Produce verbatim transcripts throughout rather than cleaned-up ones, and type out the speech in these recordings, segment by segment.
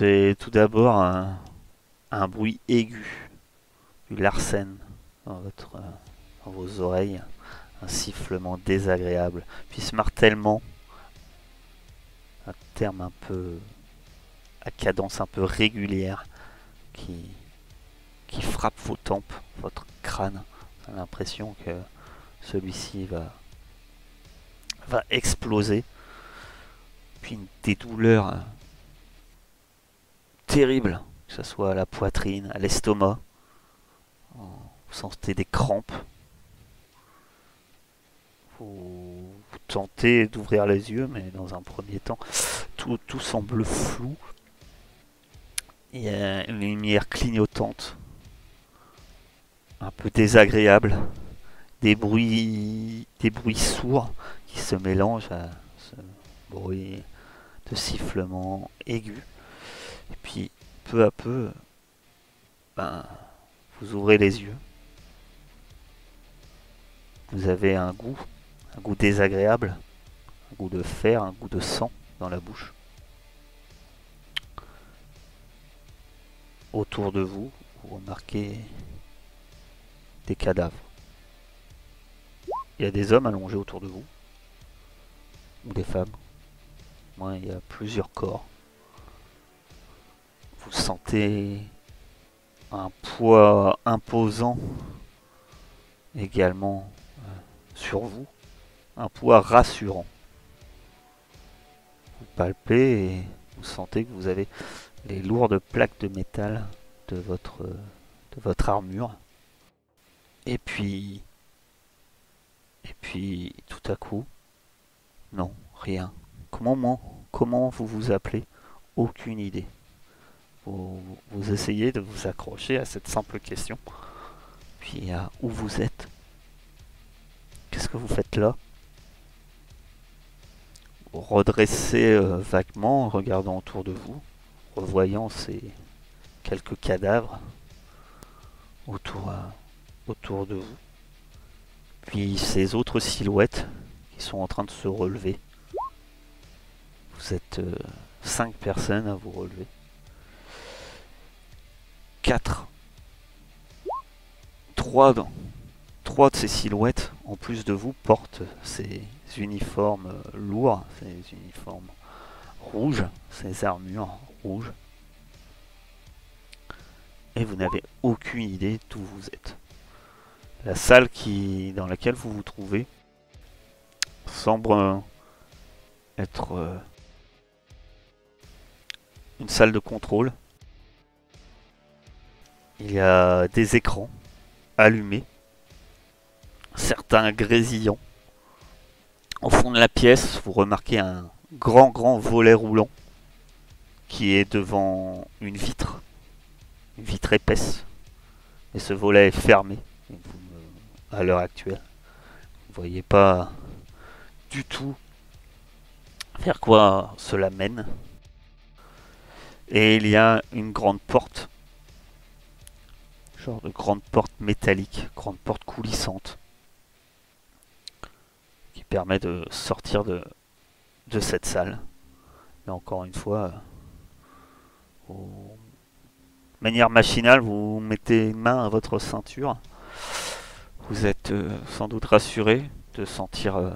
C'est tout d'abord un, un bruit aigu, du larsen dans, votre, euh, dans vos oreilles, un sifflement désagréable, puis ce martèlement, un terme un peu à cadence un peu régulière qui, qui frappe vos tempes, votre crâne. On a l'impression que celui-ci va, va exploser, puis des douleurs terribles, que ce soit à la poitrine, à l'estomac. Vous sentez des crampes. Vous, vous tentez d'ouvrir les yeux, mais dans un premier temps, tout, tout semble flou. Il y a une lumière clignotante, un peu désagréable, des bruits, des bruits sourds qui se mélangent à ce bruit de sifflement aigu. Et puis, peu à peu, ben, vous ouvrez les yeux. Vous avez un goût, un goût désagréable, un goût de fer, un goût de sang dans la bouche. Autour de vous, vous remarquez des cadavres. Il y a des hommes allongés autour de vous, ou des femmes. Moi, il y a plusieurs corps. Vous sentez un poids imposant également euh, sur vous, un poids rassurant. Vous palpez et vous sentez que vous avez les lourdes plaques de métal de votre, de votre armure. Et puis, et puis, tout à coup, non, rien. Comment, comment vous vous appelez? Aucune idée. Vous, vous essayez de vous accrocher à cette simple question. Puis, à où vous êtes? Qu'est-ce que vous faites là? Vous redressez euh, vaguement en regardant autour de vous, revoyant ces quelques cadavres autour, euh, autour de vous. Puis ces autres silhouettes qui sont en train de se relever. Vous êtes euh, cinq personnes à vous relever. Quatre. Trois, trois de ces silhouettes, en plus de vous, portent ces uniformes euh, lourds, ces uniformes rouges, ces armures rouges. Et vous n'avez aucune idée d'où vous êtes. La salle qui, dans laquelle vous vous trouvez semble euh, être euh, une salle de contrôle. Il y a des écrans allumés, certains grésillants. Au fond de la pièce, vous remarquez un grand grand volet roulant qui est devant une vitre, une vitre épaisse. Et ce volet est fermé à l'heure actuelle. Vous ne voyez pas du tout vers quoi cela mène. Et il y a une grande porte, genre de grande porte métallique, grande porte coulissante, qui permet de sortir de, de cette salle. Et encore une fois, de manière machinale, vous mettez une main à votre ceinture. Vous êtes euh, sans doute rassuré de sentir euh,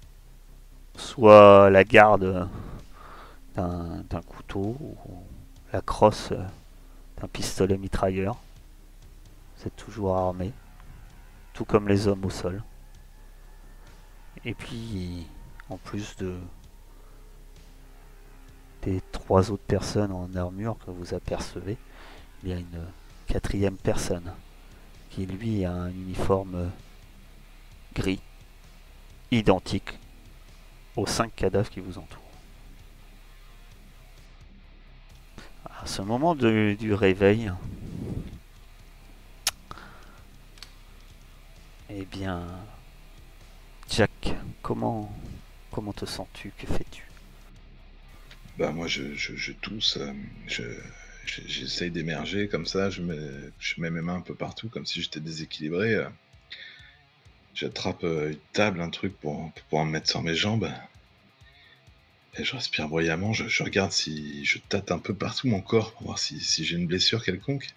soit la garde d'un, d'un couteau ou la crosse euh, d'un pistolet mitrailleur. Vous êtes toujours armé, tout comme les hommes au sol. Et puis, en plus de des trois autres personnes en armure que vous apercevez, il y a une quatrième personne qui lui a un uniforme gris, identique aux cinq cadavres qui vous entourent. À ce moment de, du réveil, eh bien, Jack, comment, comment te sens-tu? Que fais-tu? Bah moi je, je, je tousse, euh, je, je- j'essaye d'émerger comme ça, je mets, je mets mes mains un peu partout comme si j'étais déséquilibré. euh. J'attrape euh, une table, un truc pour, pour pouvoir me mettre sur mes jambes. Et je respire bruyamment, je, je regarde si je tâte un peu partout mon corps pour voir si, si j'ai une blessure quelconque.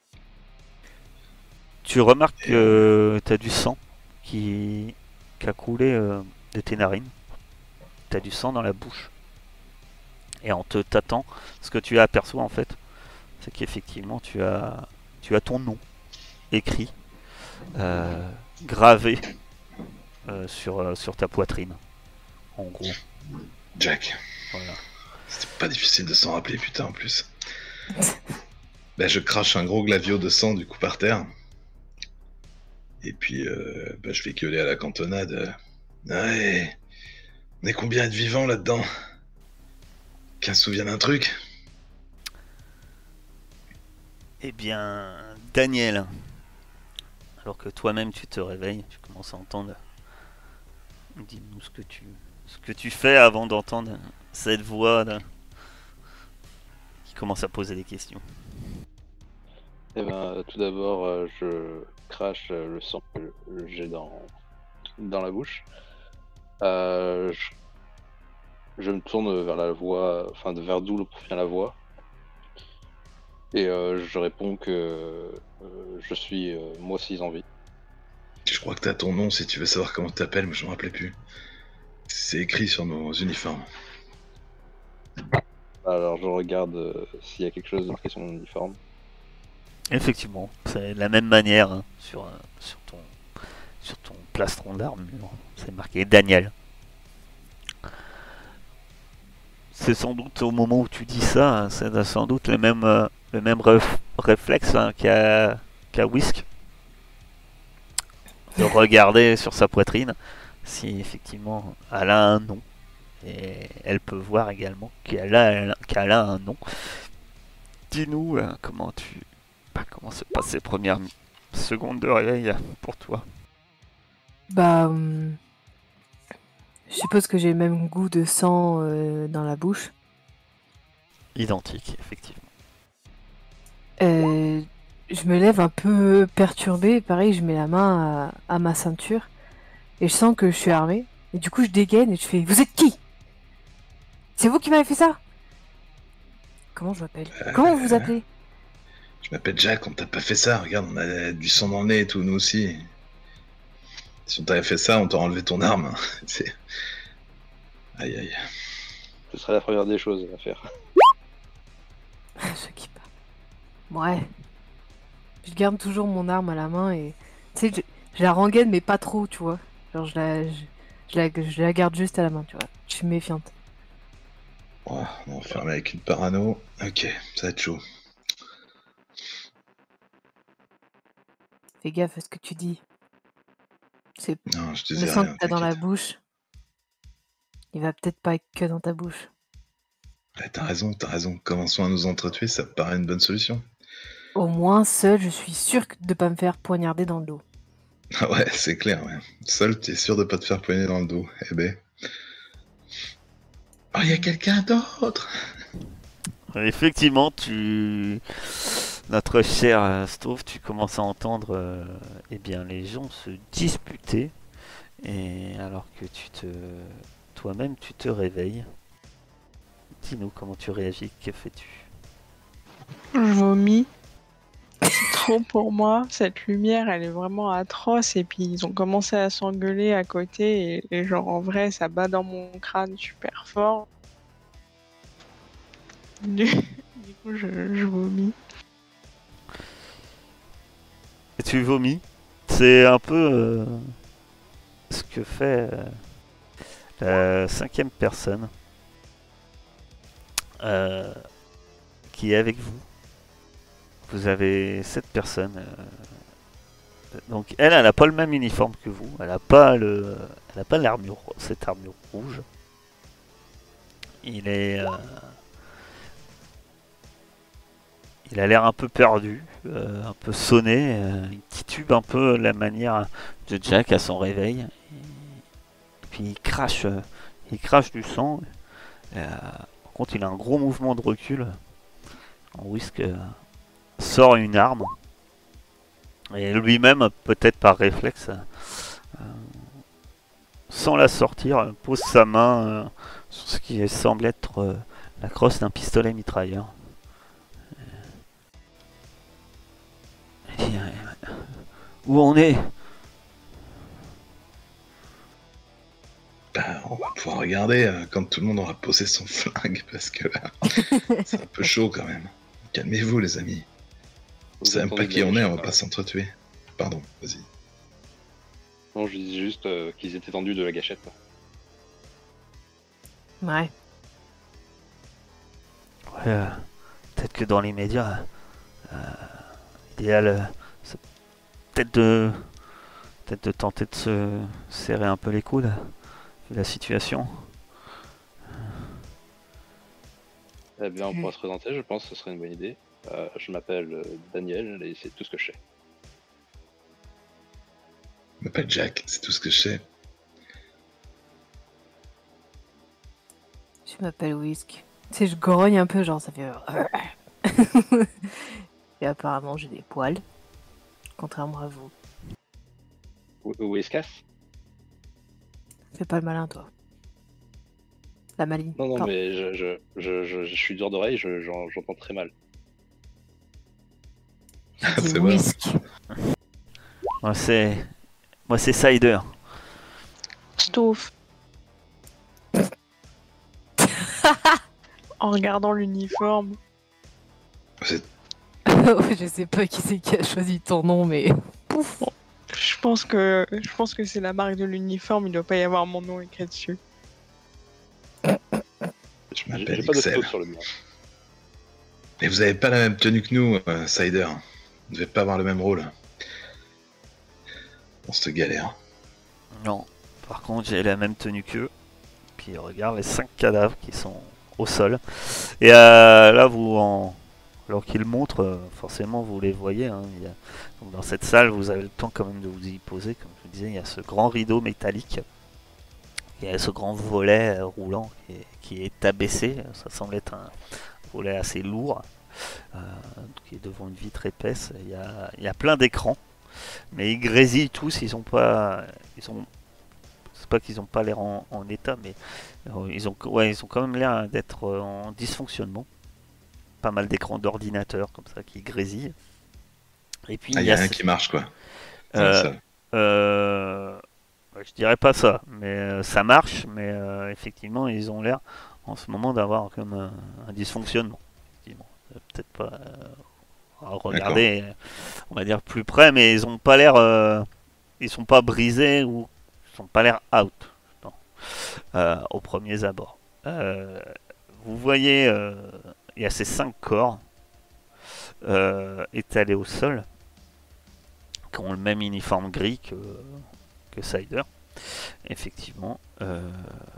Tu remarques Et euh, que tu as du sang qui, qui a coulé euh, de tes narines. Tu as du sang dans la bouche. Et en te tâtant, ce que tu aperçois en fait, c'est qu'effectivement tu as, tu as ton nom écrit, euh, gravé euh, sur, euh, sur ta poitrine, en gros. Jack, Voilà. c'était pas difficile de s'en rappeler, putain, en plus. Bah, je crache un gros glavio de sang du coup par terre. Et puis, euh, bah, je vais gueuler à la cantonade. Ouais, on est combien de vivants là-dedans? Qu'un se souvienne d'un truc? Eh bien, Daniel, alors que toi-même tu te réveilles, tu commences à entendre. Dis-nous ce que tu, ce que tu fais avant d'entendre cette voix là, qui commence à poser des questions. Eh ben, tout d'abord, euh, je crache euh, le sang que j'ai dans, dans la bouche. Euh, je, je me tourne vers la voix, enfin de vers d'où provient la voix. Et euh, je réponds que euh, je suis euh, moi aussi en vie. Je crois que t'as ton nom si tu veux savoir comment t'appelles, mais je m'en rappelais plus. C'est écrit sur nos uniformes. Alors je regarde euh, s'il y a quelque chose de pris sur mon uniforme. Effectivement, c'est de la même manière hein, sur, euh, sur, ton, sur ton plastron d'armure. C'est marqué Daniel. C'est sans doute au moment où tu dis ça, hein, c'est sans doute le même, euh, le même ref- réflexe hein, qu'a qu'a Whisk de regarder sur sa poitrine si effectivement elle a un nom. Et elle peut voir également qu'elle a, qu'elle a un nom. Dis-nous euh, comment tu. Bah, comment se passent ces premières secondes de réveil pour toi. Bah, hum, je suppose que j'ai le même goût de sang euh, dans la bouche. Identique, effectivement. Euh, je me lève un peu perturbée. Pareil, je mets la main à, à ma ceinture et je sens que je suis armée. Et du coup, je dégaine et je fais: Vous êtes qui? C'est vous qui m'avez fait ça? Comment je m'appelle? Comment vous vous appelez? Je m'appelle Jack, on t'a pas fait ça, regarde, on a du sang dans le nez et tout, nous aussi. Si on t'avait fait ça, on t'aurait enlevé ton arme. C'est... Aïe aïe. Ce serait la première des choses à faire. Je qui pas. Ouais. Je garde toujours mon arme à la main et tu sais, je, je la rengaine mais pas trop, tu vois. Genre je la, je, je la, je la garde juste à la main, tu vois. Je suis méfiante. Oh, on est enfermé avec une parano. Ok, ça va être chaud. Fais gaffe à ce que tu dis. C'est Non, je te le dis sang rien, que t'as dans la t'inquiète. bouche. Il va peut-être pas être que dans ta bouche. Ouais, t'as raison, t'as raison. Commençons à nous entretuer, ça me paraît une bonne solution. Au moins, seul, je suis sûre de pas me faire poignarder dans le dos. Ah ouais, c'est clair, ouais. Seul, t'es sûr de pas te faire poigner dans le dos. Eh ben. Oh, y a quelqu'un d'autre! Effectivement, tu. Notre cher euh, Stove, tu commences à entendre euh, eh bien, les gens se disputer. Et alors que tu te. Toi-même, tu te réveilles. Dis-nous comment tu réagis, que fais-tu? Je vomis. C'est trop pour moi. Cette lumière, elle est vraiment atroce. Et puis, ils ont commencé à s'engueuler à côté. Et, et genre, en vrai, ça bat dans mon crâne super fort. Du, du coup, je, je vomis. Et tu vomis. C'est un peu euh, ce que fait euh, la cinquième personne euh, qui est avec vous. Vous avez cette personne. euh, donc elle, elle n'a pas le même uniforme que vous. Elle n'a pas le, elle a pas l'armure, cette armure rouge. Il est, euh, il a l'air un peu perdu, euh, un peu sonné. euh, il titube un peu la manière de Jack à son réveil. Et puis il crache, euh, il crache du sang. Euh, par contre, il a un gros mouvement de recul. En Whisk euh, sort une arme. Et lui-même, peut-être par réflexe, euh, sans la sortir, pose sa main euh, sur ce qui semble être euh, la crosse d'un pistolet mitrailleur. Et, euh, où on est? Bah, on va pouvoir regarder euh, quand tout le monde aura posé son flingue, parce que là, c'est un peu chaud quand même. Calmez-vous, les amis. On Vous sait même pas entendez qui on est, on va la- pas s'entretuer. Pardon, vas-y. Non, je disais juste euh, qu'ils étaient tendus de la gâchette. quoi. Ouais. Ouais, euh, peut-être que dans les médias, euh, l'idéal, euh, c'est peut-être de, peut-être de tenter de se serrer un peu les coudes, vu la situation. Eh bien, on Ok. pourra se présenter, je pense que ce serait une bonne idée. Euh, je m'appelle euh, Daniel et c'est tout ce que je sais. Je m'appelle Jack, c'est tout ce que je sais. Je m'appelle Whisk. Tu sais, je grogne un peu, genre ça fait. Et apparemment, j'ai des poils. Contrairement à vous. Où, où est-ce casse Fais pas le malin, toi. La maline. Non, non, Pardon. mais je, je, je, je, je suis dur d'oreille, je- j'en- j'entends très mal. J'ai dit C'est bon. Whisk. Moi, c'est, moi, c'est Cider. Stouff. En regardant l'uniforme. C'est- Je sais pas qui c'est qui a choisi ton nom, mais. Pouf. Je pense que je pense que c'est la marque de l'uniforme, il doit pas y avoir mon nom écrit dessus. Je J'ai m'appelle j'ai pas de Ixel. faute sur le mien. Mais vous avez pas la même tenue que nous, euh, Cider. Vous devez pas avoir le même rôle. On se galère. Non. Par contre, j'ai la même tenue qu'eux. Puis regarde les cinq cadavres qui sont au sol. Et euh, là, vous en... alors qu'ils montrent, euh, forcément, vous les voyez. Hein, il y a... Donc, dans cette salle, vous avez le temps quand même de vous y poser. Comme je vous disais, il y a ce grand rideau métallique. Il y a ce grand volet euh, roulant qui est, qui est abaissé. Ça semble être un volet assez lourd. Euh, qui est devant une vitre épaisse. Il y a, il y a plein d'écrans. Mais ils grésillent tous. Ils ont pas... Ils ont... C'est pas qu'ils ont pas l'air en, en état, mais euh, ils ont, ouais, ils ont quand même l'air d'être euh, en dysfonctionnement. Pas mal d'écrans d'ordinateur comme ça qui grésillent. Et puis Ah, il y y a a rien ce- qui marche, quoi. dans la euh, salle. euh, ouais, je dirais pas ça, mais euh, ça marche. Mais euh, effectivement, ils ont l'air en ce moment d'avoir comme un, un dysfonctionnement. Effectivement. Euh, Peut-être pas euh, à regarder, euh, on va dire plus près, mais ils ont pas l'air, euh, ils sont pas brisés ou ils ont pas l'air out non, euh, aux premiers abords. Euh, vous voyez, euh, il y a ces cinq corps euh, étalés au sol qui ont le même uniforme gris que, que Cider, effectivement. Euh,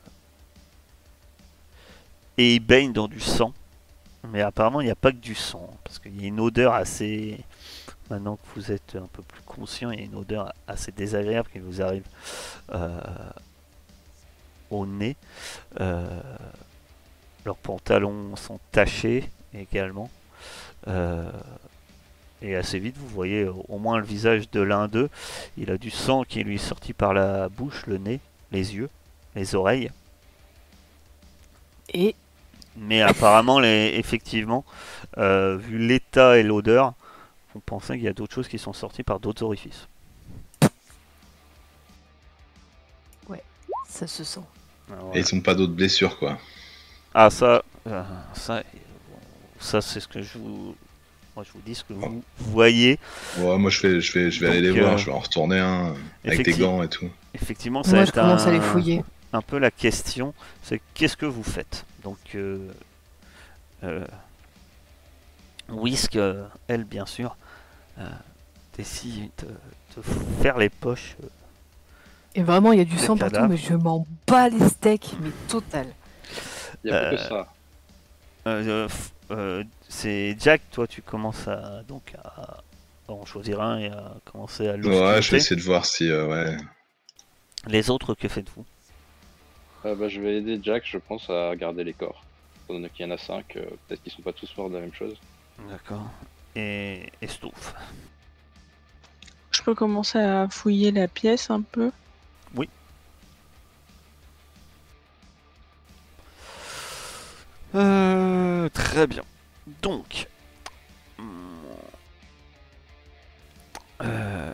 et ils baignent dans du sang. Mais apparemment, il n'y a pas que du sang, parce qu'il y a une odeur assez... Maintenant que vous êtes un peu plus conscient, il y a une odeur assez désagréable qui vous arrive euh, au nez. Euh, leurs pantalons sont tachés également. Euh, et assez vite, vous voyez au moins le visage de l'un d'eux. Il a du sang qui lui est sorti par la bouche, le nez, les yeux, les oreilles. Et Mais apparemment, les, effectivement, euh, vu l'état et l'odeur, vous pensez qu'il y a d'autres choses qui sont sorties par d'autres orifices. ça se sent. Alors, Et voilà. ils ont pas d'autres blessures, quoi. Ah ça, euh, ça, ça c'est ce que je vous, moi je vous dis ce que vous voyez. Ouais, moi je vais, je vais, je vais aller Donc, les voir, euh, je vais en retourner un avec des effecti- gants et tout. Effectivement, ça Moi, va je être commence à les un, fouiller. un peu la question, c'est qu'est-ce que vous faites. Donc, euh, euh, Whisk, euh, elle bien sûr, euh, décide de, de faire les poches. euh, Et vraiment, il y a du Le sang partout, cadavre. mais je m'en bats les steaks, mais total. Il y a pas que Euh, ça. Euh, f- euh, c'est Jack, toi tu commences à donc à en choisir un et à commencer à Ouais, je vais l'hospiter. essayer de voir si, euh, ouais. Les autres, que faites-vous? Euh, bah, je vais aider Jack, je pense, à garder les corps. Étant donné qu'il y en a cinq, euh, peut-être qu'ils sont pas tous morts de la même chose. D'accord. Et, et Stouff. Je peux commencer à fouiller la pièce un peu. Très bien. Donc, euh,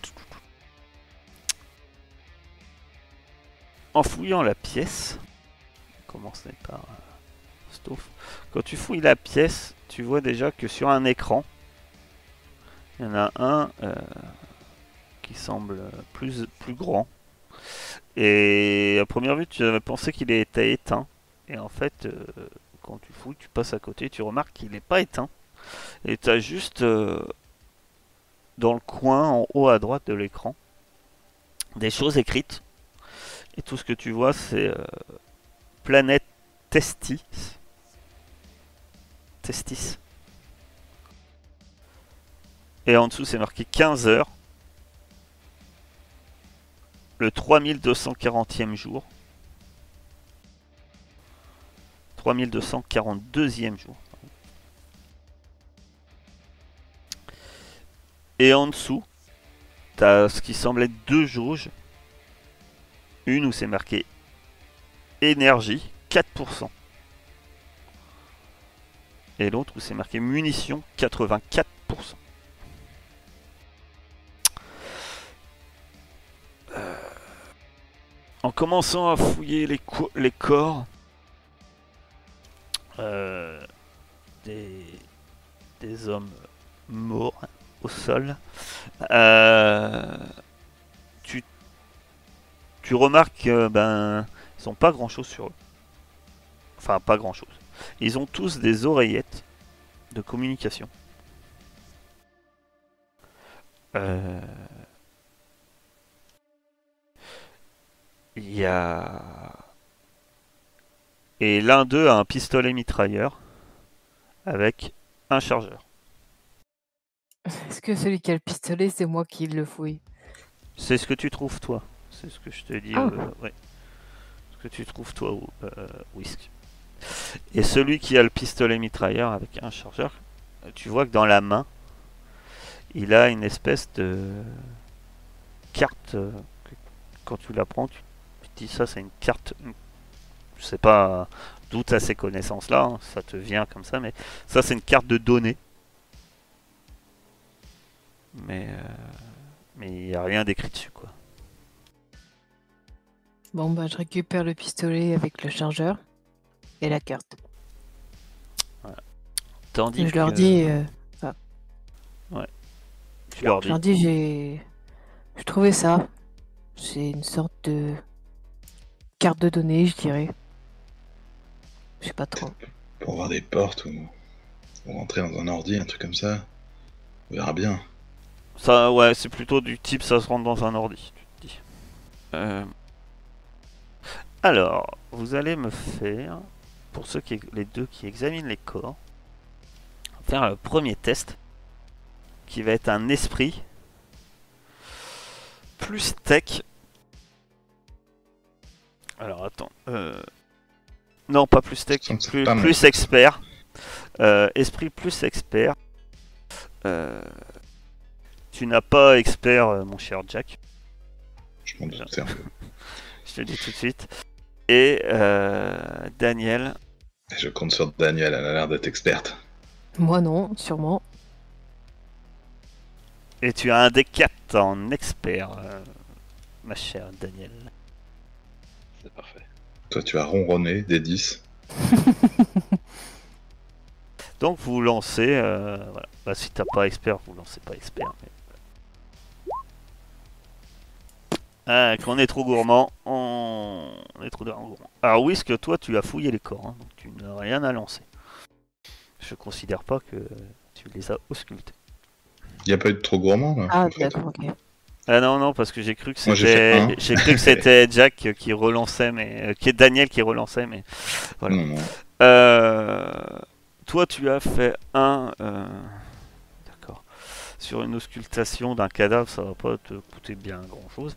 en fouillant la pièce, commencer par euh, Stauff. Quand tu fouilles la pièce, tu vois déjà que sur un écran, il y en a un euh, qui semble plus, plus grand. Et à première vue, tu avais pensé qu'il était éteint. Et en fait, euh, quand tu fouilles, tu passes à côté, tu remarques qu'il n'est pas éteint. Et tu as juste euh, dans le coin, en haut à droite de l'écran, des choses écrites. Et tout ce que tu vois, c'est euh, Planète Testis. Testis. Et en dessous, c'est marqué quinze heures. Le trois mille deux cent quarantième jour. trois mille deux cent quarante-deuxième jour. Et en dessous, tu as ce qui semble être deux jauges. Une où c'est marqué énergie, quatre pour cent. Et l'autre où c'est marqué munitions, quatre-vingt-quatre pour cent. Euh, en commençant à fouiller les, les corps euh, des, des hommes morts au sol, euh, tu, tu remarques que ben, ils n'ont pas grand chose sur eux. Enfin, pas grand chose. Ils ont tous des oreillettes de communication. Euh... Il y a... Et l'un d'eux a un pistolet mitrailleur avec un chargeur. Est-ce que celui qui a le pistolet, c'est moi qui le fouille? C'est ce que tu trouves toi. C'est ce que je te dis. Ah. Euh, ouais. Ce que tu trouves toi, euh, Whisk. Et celui qui a le pistolet mitrailleur avec un chargeur, tu vois que dans la main, il a une espèce de carte. Euh, que, quand tu la prends, tu, tu te dis ça, c'est une carte. Une, je sais pas d'où tu as ces connaissances-là, hein, ça te vient comme ça, mais ça, c'est une carte de données. Mais euh, mais il n'y a rien d'écrit dessus, quoi. Bon, bah, je récupère le pistolet avec le chargeur et la carte. Voilà. Tandis je que... leur dis. Euh... Ah. Ouais. Tu leur dis. Je leur dis, j'ai. Je trouvais ça. C'est une sorte de carte de données, je dirais. Je sais pas trop. Pour voir des portes ou... ou rentrer dans un ordi, un truc comme ça. On verra bien. Ça, ouais, c'est plutôt du type ça se rentre dans un ordi, tu te dis. Euh... Alors, vous allez me faire, pour ceux qui, les deux qui examinent les corps, faire le premier test, qui va être un esprit plus tech. Alors attends, euh... non pas plus tech, plus, plus expert. Euh, esprit plus expert. Euh... Tu n'as pas expert, mon cher Jack. Je m'en doutais un peu. Je te le dis tout de suite. Et euh, Daniel. Je compte sur Daniel, elle a l'air d'être experte. Moi non, sûrement. Et tu as un D quatre en expert, euh, ma chère Daniel. C'est parfait. Toi tu as ronronné des dix. Donc vous lancez, euh, voilà. Bah, si t'as pas expert, vous lancez pas expert. Mais... Ah, quand on est trop gourmand, on, on est trop gourmand. Alors oui, ce que toi tu as fouillé les corps, hein, donc tu n'as rien à lancer. Je considère pas que tu les as auscultés. Il n'y a pas eu de trop gourmand là. Ah en fait. d'accord, ok. Ah non non parce que j'ai cru que Moi, j'ai fait c'était un. j'ai cru que c'était Jack qui relançait mais euh, qui est Daniel qui relançait mais voilà. Non, non. Euh, toi tu as fait un euh, d'accord sur une auscultation d'un cadavre, ça va pas te coûter bien grand chose.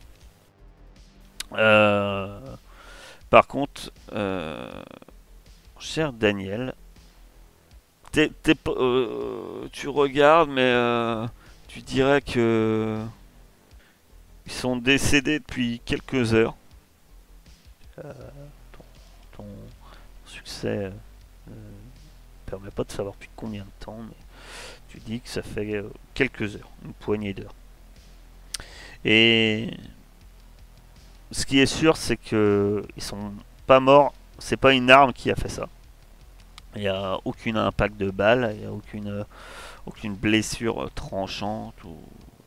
Euh, par contre, euh, cher Daniel, t'es, t'es, euh, tu regardes mais euh, tu dirais que ils sont décédés depuis quelques heures. Euh, ton, ton succès euh, permet pas de savoir depuis combien de temps, mais tu dis que ça fait euh, quelques heures, une poignée d'heures. Et ce qui est sûr, c'est que ils sont pas morts. C'est pas une arme qui a fait ça. Il n'y a aucun impact de balle, il n'y a aucune, euh, aucune blessure euh, tranchante. Ou...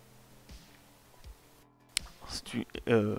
Si tu, euh,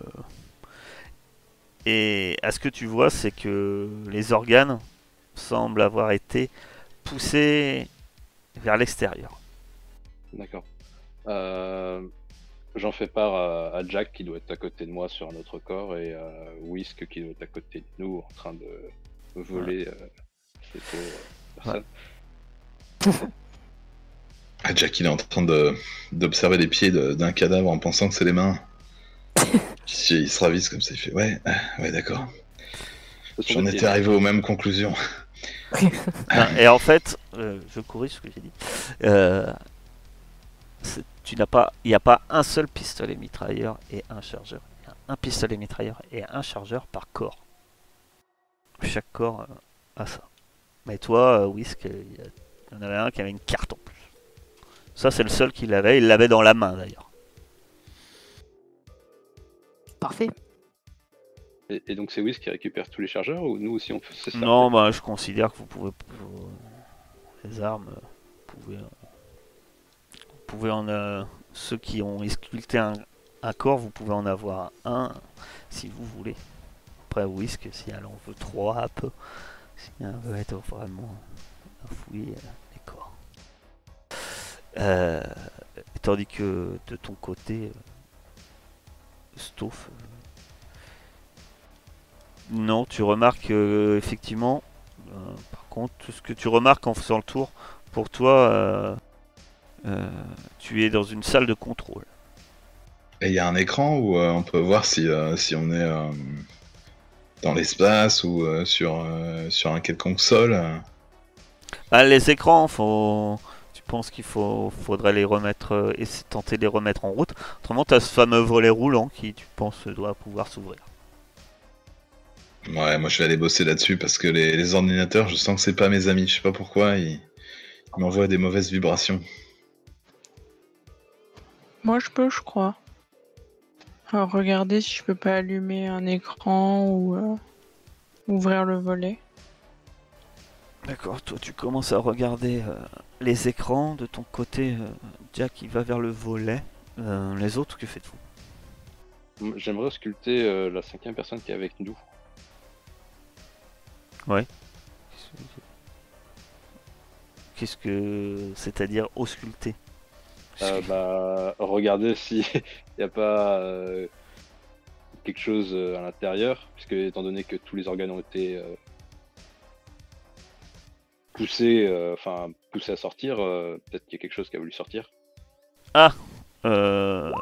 Et à ce que tu vois, c'est que les organes semblent avoir été poussés vers l'extérieur. D'accord. Euh, J'en fais part à, à Jack qui doit être à côté de moi sur un autre corps et à Whisk qui doit être à côté de nous en train de voler euh, cette euh, personne. Ah, Jack, il est en train de d'observer les pieds de- d'un cadavre en pensant que c'est les mains. Puis il se ravise comme ça, il fait ouais, ah, ouais, d'accord. J'en étais arrivé aux mêmes conclusions. Non, et en fait, euh, je corrige ce que j'ai dit. Euh, c'est- tu n'as pas, il n'y a pas un seul pistolet mitrailleur et un chargeur. Il y a un pistolet mitrailleur et un chargeur par corps. Chaque corps euh, a ça. Mais toi, euh, Whisk, euh, il y, a- il y en avait un qui avait une carte en plus. Ça, c'est le seul qui l'avait. Il l'avait dans la main d'ailleurs. Parfait. Et, et donc c'est Whisk qui récupère tous les chargeurs ou nous aussi on fait c'est ça? Non, bah, je considère que vous pouvez. Vous, les armes, euh, vous pouvez. euh, vous pouvez en. euh, ceux qui ont sculpté un, un corps, vous pouvez en avoir un si vous voulez. Après, Whisk, si elle en veut trois, peu. Si elle veut être vraiment à fouiller euh, les corps. Euh, tandis que de ton côté, euh, Stauff. euh, Non, tu remarques euh, effectivement. euh, par contre, tout ce que tu remarques en faisant le tour, pour toi, euh, euh, tu es dans une salle de contrôle. Et il y a un écran où euh, on peut voir si, euh, si on est euh, dans l'espace ou euh, sur, euh, sur un quelconque sol. euh. Ah, les écrans, faut... tu penses qu'il faut... faudrait les remettre euh, et c'est tenter de les remettre en route. Autrement, tu as ce fameux volet roulant qui, tu penses, doit pouvoir s'ouvrir. Ouais, moi je vais aller bosser là-dessus parce que les, les ordinateurs, je sens que c'est pas mes amis. Je sais pas pourquoi, ils, ils m'envoient des mauvaises vibrations. Moi, je peux, je crois. Alors, regarder si je peux pas allumer un écran ou euh, ouvrir le volet. D'accord, toi tu commences à regarder euh, les écrans. De ton côté, euh, Jack il va vers le volet. Euh, les autres, que faites-vous? J'aimerais sculpter euh, la cinquième personne qui est avec nous. Qu'est-ce que... C'est-à-dire ausculter? Euh, bah, regarder s'il n'y a pas euh, quelque chose euh, à l'intérieur, puisque étant donné que tous les organes ont été euh, poussés, euh, enfin poussés à sortir, euh, peut-être qu'il y a quelque chose qui a voulu sortir. Euh...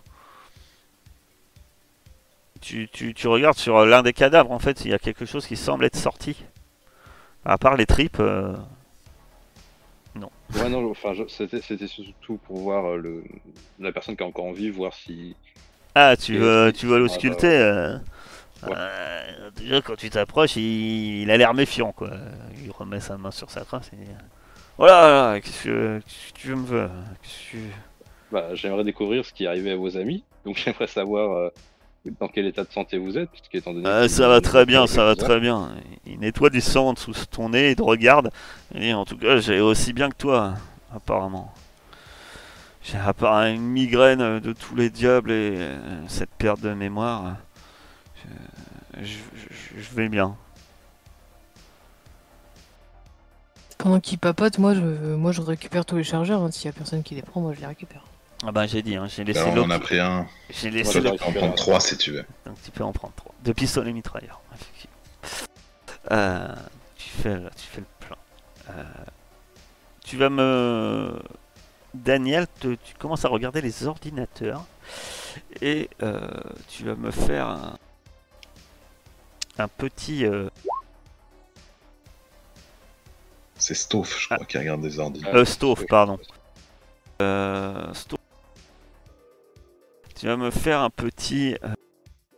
Tu, tu, tu regardes sur l'un des cadavres, en fait, il y a quelque chose qui semble être sorti. À part les tripes. euh, Ouais, non, enfin, je- c'était c'était surtout pour voir euh, le, la personne qui est encore en vie, voir si. Ah, tu Et veux, si- tu veux si- l'ausculter euh, Ouais. euh, Déjà, quand tu t'approches, il, il a l'air méfiant, quoi. Il remet sa main sur sa trace et... Voilà, qu'est-ce que, qu'est-ce que tu me veux Qu'est-ce que tu- Bah, j'aimerais découvrir ce qui est arrivé à vos amis, donc j'aimerais savoir euh, dans quel état de santé vous êtes, puisque étant donné. Euh, que ça vous- va très vous bien, avez ça va quelques heures. très bien. Il nettoie du sang en dessous de ton nez, il te regarde. Il dit, en tout cas, j'ai aussi bien que toi, apparemment. J'ai à part une migraine de tous les diables et euh, cette perte de mémoire, je, je- je- je vais bien. Pendant qu'il papote, moi je, moi je récupère tous les chargeurs. hein. S'il y a personne qui les prend, moi je les récupère. Ah bah j'ai dit, hein, j'ai laissé Alors, on l'autre. en a pris un. J'ai Moi, laissé j'ai le... On peut en prendre trois si tu veux. Donc tu peux en prendre trois. Deux pistolets mitrailleurs, effectivement. Euh, tu, fais le, tu fais le plan. Euh, tu vas me... Daniel, te- tu commences à regarder les ordinateurs. Et euh, tu vas me faire un, un petit... euh, C'est Stauff, je crois, qui regarde des ordi. Ah, Euh, Stauff, pardon. Euh, Stauff. Tu vas me faire un petit euh,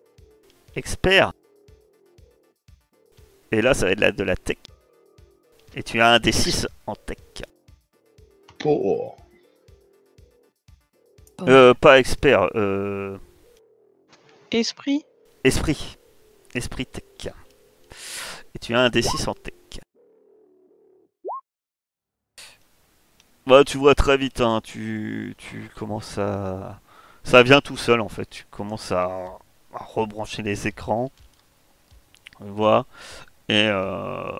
expert. Et là, ça va être de la, de la tech. Et tu as un D six en tech. Oh. Oh. Euh, pas expert, euh, Esprit. esprit. Esprit tech. Et tu as un D six en tech. Bah, tu vois très vite, hein, tu, tu commences à... Ça vient tout seul en fait, tu commences à, à rebrancher les écrans. Voilà. Et, euh,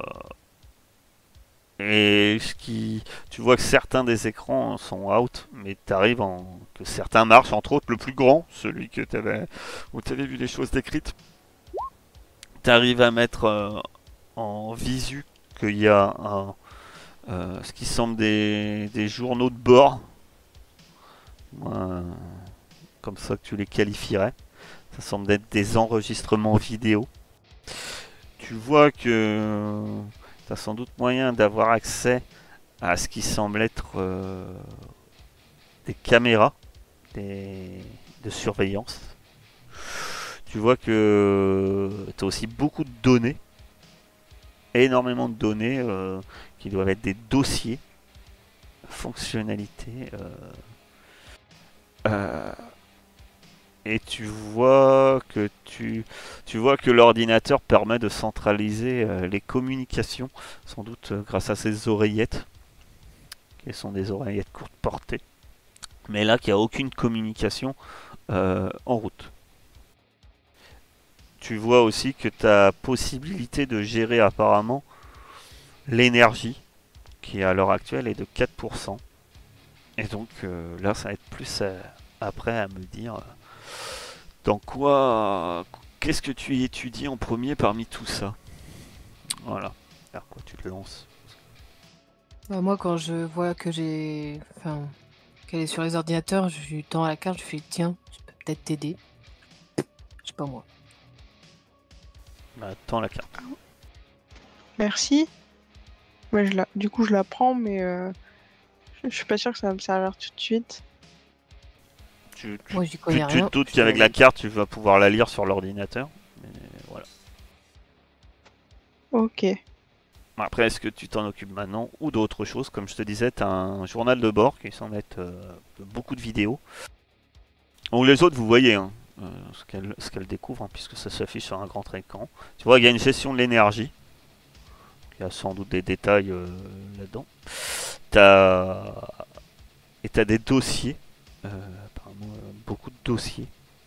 et ce qui... Tu vois que certains des écrans sont out, mais t'arrives en... que certains marchent, entre autres le plus grand, celui que t'avais... où t'avais vu les choses décrites. T'arrives à mettre euh, en visu qu'il y a un... Euh, ce qui semble des, des journaux de bord. Euh, comme ça que tu les qualifierais. Ça semble être des enregistrements vidéo. Tu vois que tu as sans doute moyen d'avoir accès à ce qui semble être euh, des caméras des, de surveillance. Tu vois que tu as aussi beaucoup de données, énormément de données euh, qui doivent être des dossiers, fonctionnalités. Euh, euh, et tu vois que tu, tu vois que l'ordinateur permet de centraliser euh, les communications, sans doute euh, grâce à ces oreillettes, qui sont des oreillettes courte portée. Mais là, qu'il n'y a aucune communication euh, en route. Tu vois aussi que tu as possibilité de gérer apparemment l'énergie, qui à l'heure actuelle est de quatre pour cent. Et donc euh, là, ça va être plus euh, après à me dire... Euh, Dans quoi... Qu'est-ce que tu étudies en premier parmi tout ça? Voilà. Vers quoi tu te lances? Bah, moi, quand je vois que j'ai. Enfin, qu'elle est sur les ordinateurs, je lui tends la carte, je fais tiens, je peux peut-être t'aider. Je sais pas moi. Bah, tends la carte. Merci. Ouais, je la... Du coup, je la prends, mais euh, je je suis pas sûre que ça va me servir tout de suite. Tu, tu, Moi, j'y tu, connais tu rien. te doutes je qu'avec te- la carte, tu vas pouvoir la lire sur l'ordinateur. Mais voilà. Ok. Après, est-ce que tu t'en occupes maintenant ou d'autres choses? Comme je te disais, tu as un journal de bord qui semble être euh, beaucoup de vidéos. Ou les autres, vous voyez hein, euh, ce qu'elle ce qu'elle découvre, hein, puisque ça s'affiche sur un grand écran. Tu vois, il y a une gestion de l'énergie. Il y a sans doute des détails euh, là-dedans. T'as... Et tu as des dossiers. Euh, apparemment, euh, beaucoup de dossiers.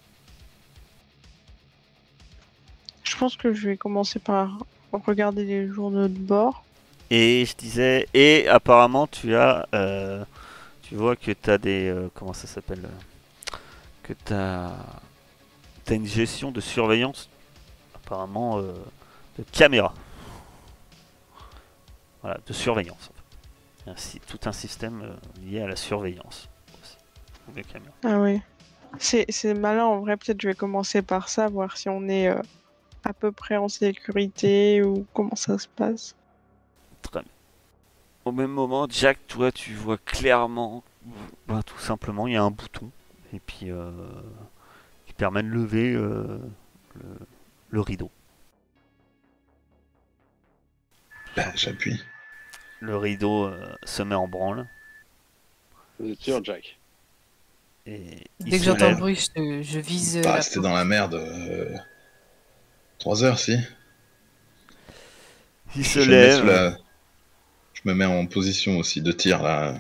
Je pense que je vais commencer par regarder les journaux de bord. Et je disais, et apparemment tu as, euh, tu vois que tu as des, euh, comment ça s'appelle, euh, que tu as, une gestion de surveillance, apparemment euh, de caméras, voilà, de surveillance. En fait. Ainsi, tout un système euh, lié à la surveillance aussi, des caméras. Ah oui. C'est c'est malin en vrai, peut-être je vais commencer par ça, voir si on est euh, à peu près en sécurité ou comment ça se passe. Très bien. Au même moment, Jack, toi, tu vois clairement, bah, tout simplement, il y a un bouton et puis euh, qui permet de lever euh, le, le rideau. Bah, j'appuie. Le rideau euh, se met en branle Vous êtes sûr, Jack? et il Dès que se j'entends le lève. bruit, je, te- je vise euh, Pas la rester porte. dans la merde. Euh... Trois heures, si. Il Je, se je me mets sous lève. la... Je me mets en position aussi de tir, là.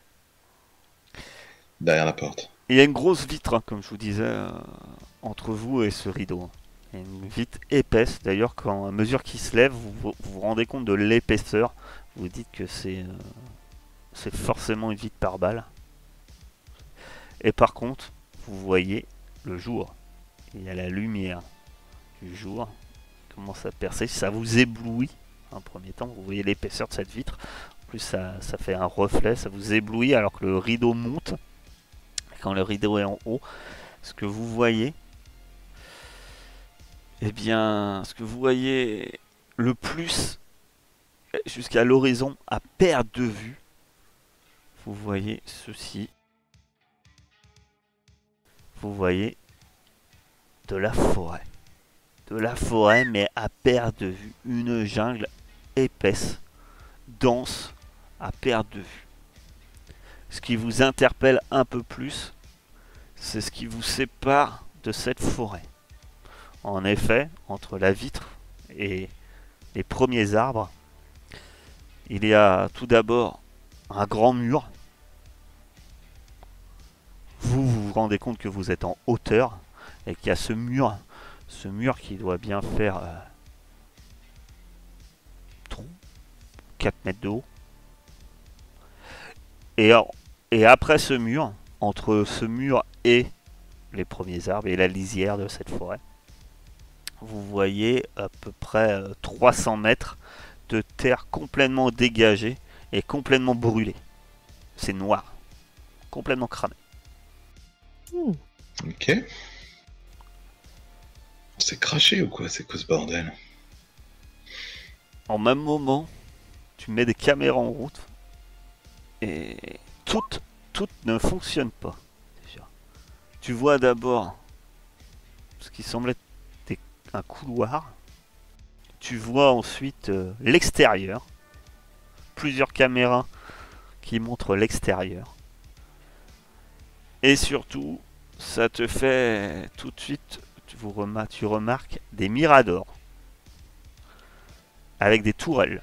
Derrière la porte. Il y a une grosse vitre, hein, comme je vous disais, euh, entre vous et ce rideau. Il y a une vitre épaisse. D'ailleurs, quand à mesure qu'il se lève, vous vous, vous rendez compte de l'épaisseur. Vous dites que c'est euh, c'est forcément une vitre par balle. Et par contre, vous voyez le jour. Il y a la lumière du jour qui commence à percer. Ça vous éblouit. En premier temps, vous voyez l'épaisseur de cette vitre. En plus, ça, ça fait un reflet. Ça vous éblouit alors que le rideau monte. Quand le rideau est en haut, ce que vous voyez, eh bien, ce que vous voyez le plus jusqu'à l'horizon à perte de vue, vous voyez ceci. Vous voyez de la forêt. De la forêt, mais à perte de vue. Une jungle épaisse. dense à perte de vue. Ce qui vous interpelle un peu plus, c'est ce qui vous sépare de cette forêt. En effet, entre la vitre et les premiers arbres, il y a tout d'abord un grand mur. Vous vous rendez compte que vous êtes en hauteur et qu'il y a ce mur, ce mur qui doit bien faire euh, quatre mètres de haut. Et, et après ce mur, entre ce mur et les premiers arbres et la lisière de cette forêt, vous voyez à peu près euh, trois cents mètres de terre complètement dégagée et complètement brûlée. C'est noir, complètement cramé. Hmm. Ok. C'est craché ou quoi? C'est quoi ce bordel? En même moment, tu mets des caméras en route et toutes, toutes ne fonctionnent pas. Déjà. Tu vois d'abord ce qui semble être des- un couloir. Tu vois ensuite euh, l'extérieur. Plusieurs caméras qui montrent l'extérieur. Et surtout, ça te fait tout de suite, tu, vous remar- tu remarques des miradors avec des tourelles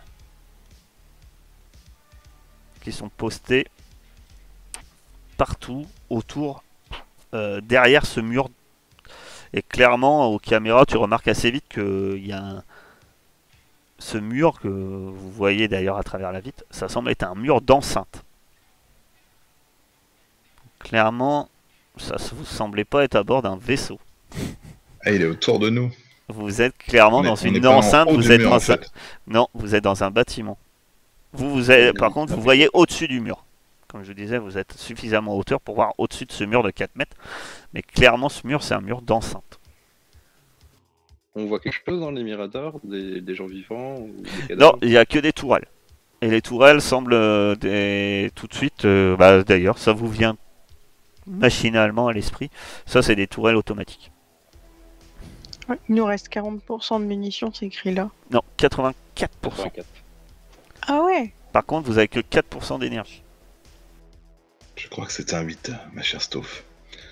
qui sont postées partout autour, euh, derrière ce mur. Et clairement, aux caméras, tu remarques assez vite qu'il y a un, ce mur que vous voyez d'ailleurs à travers la vitre, ça semble être un mur d'enceinte. Clairement, ça ne vous semblait pas être à bord d'un vaisseau. Ah, il est autour de nous. Vous êtes clairement On est- dans on est une pas en enceinte, haut vous du êtes mur, dans en un... fait. Non, vous êtes dans un bâtiment. Vous, vous êtes, par contre, vous voyez au-dessus du mur. Comme je vous disais, vous êtes suffisamment en hauteur pour voir au-dessus de ce mur de quatre mètres. Mais clairement, ce mur, c'est un mur d'enceinte. On voit quelque chose dans les miradors, des, des gens vivants ou des Non, cadavres? il n'y a que des tourelles. Et les tourelles semblent euh, des... tout de suite... euh, bah, d'ailleurs, ça vous vient machinalement à l'esprit. Ça, c'est des tourelles automatiques. Ouais, il nous reste quarante pour cent de munitions, c'est écrit là. Non, quatre-vingt-quatre pour cent. quatre-vingt-quatre. Ah ouais. Par contre, vous avez que quatre pour cent d'énergie. Je crois que c'était un huit, ma chère Stauff.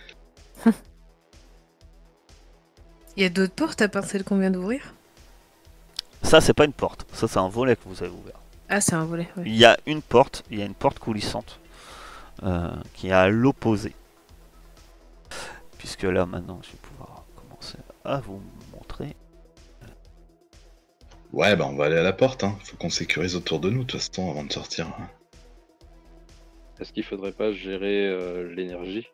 Il y a d'autres portes à part celle qu'on vient d'ouvrir? Ça, c'est pas une porte. Ça, c'est un volet que vous avez ouvert. Ah, c'est un volet, ouais. Il y a une porte, il y a une porte coulissante euh, qui est à l'opposé. Puisque là, maintenant, je vais pouvoir commencer à vous montrer. Ouais, bah on va aller à la porte, hein. Faut qu'on sécurise autour de nous, de toute façon, avant de sortir. hein. Est-ce qu'il faudrait pas gérer euh, l'énergie?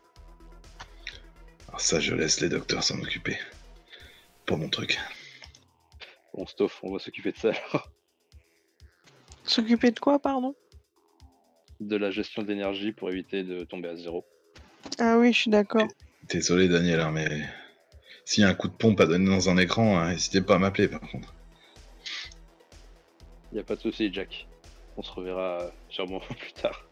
Alors ça, je laisse les docteurs s'en occuper. Pas mon truc. Bon, Stoff, on va s'occuper de ça alors. S'occuper de quoi, pardon? De la gestion d'énergie pour éviter de tomber à zéro. Ah oui, je suis d'accord. Désolé, Daniel, hein, mais s'il y a un coup de pompe à donner dans un écran, hein, n'hésitez pas à m'appeler, par contre. Y a pas de souci, Jack. On se reverra euh, sûrement plus tard.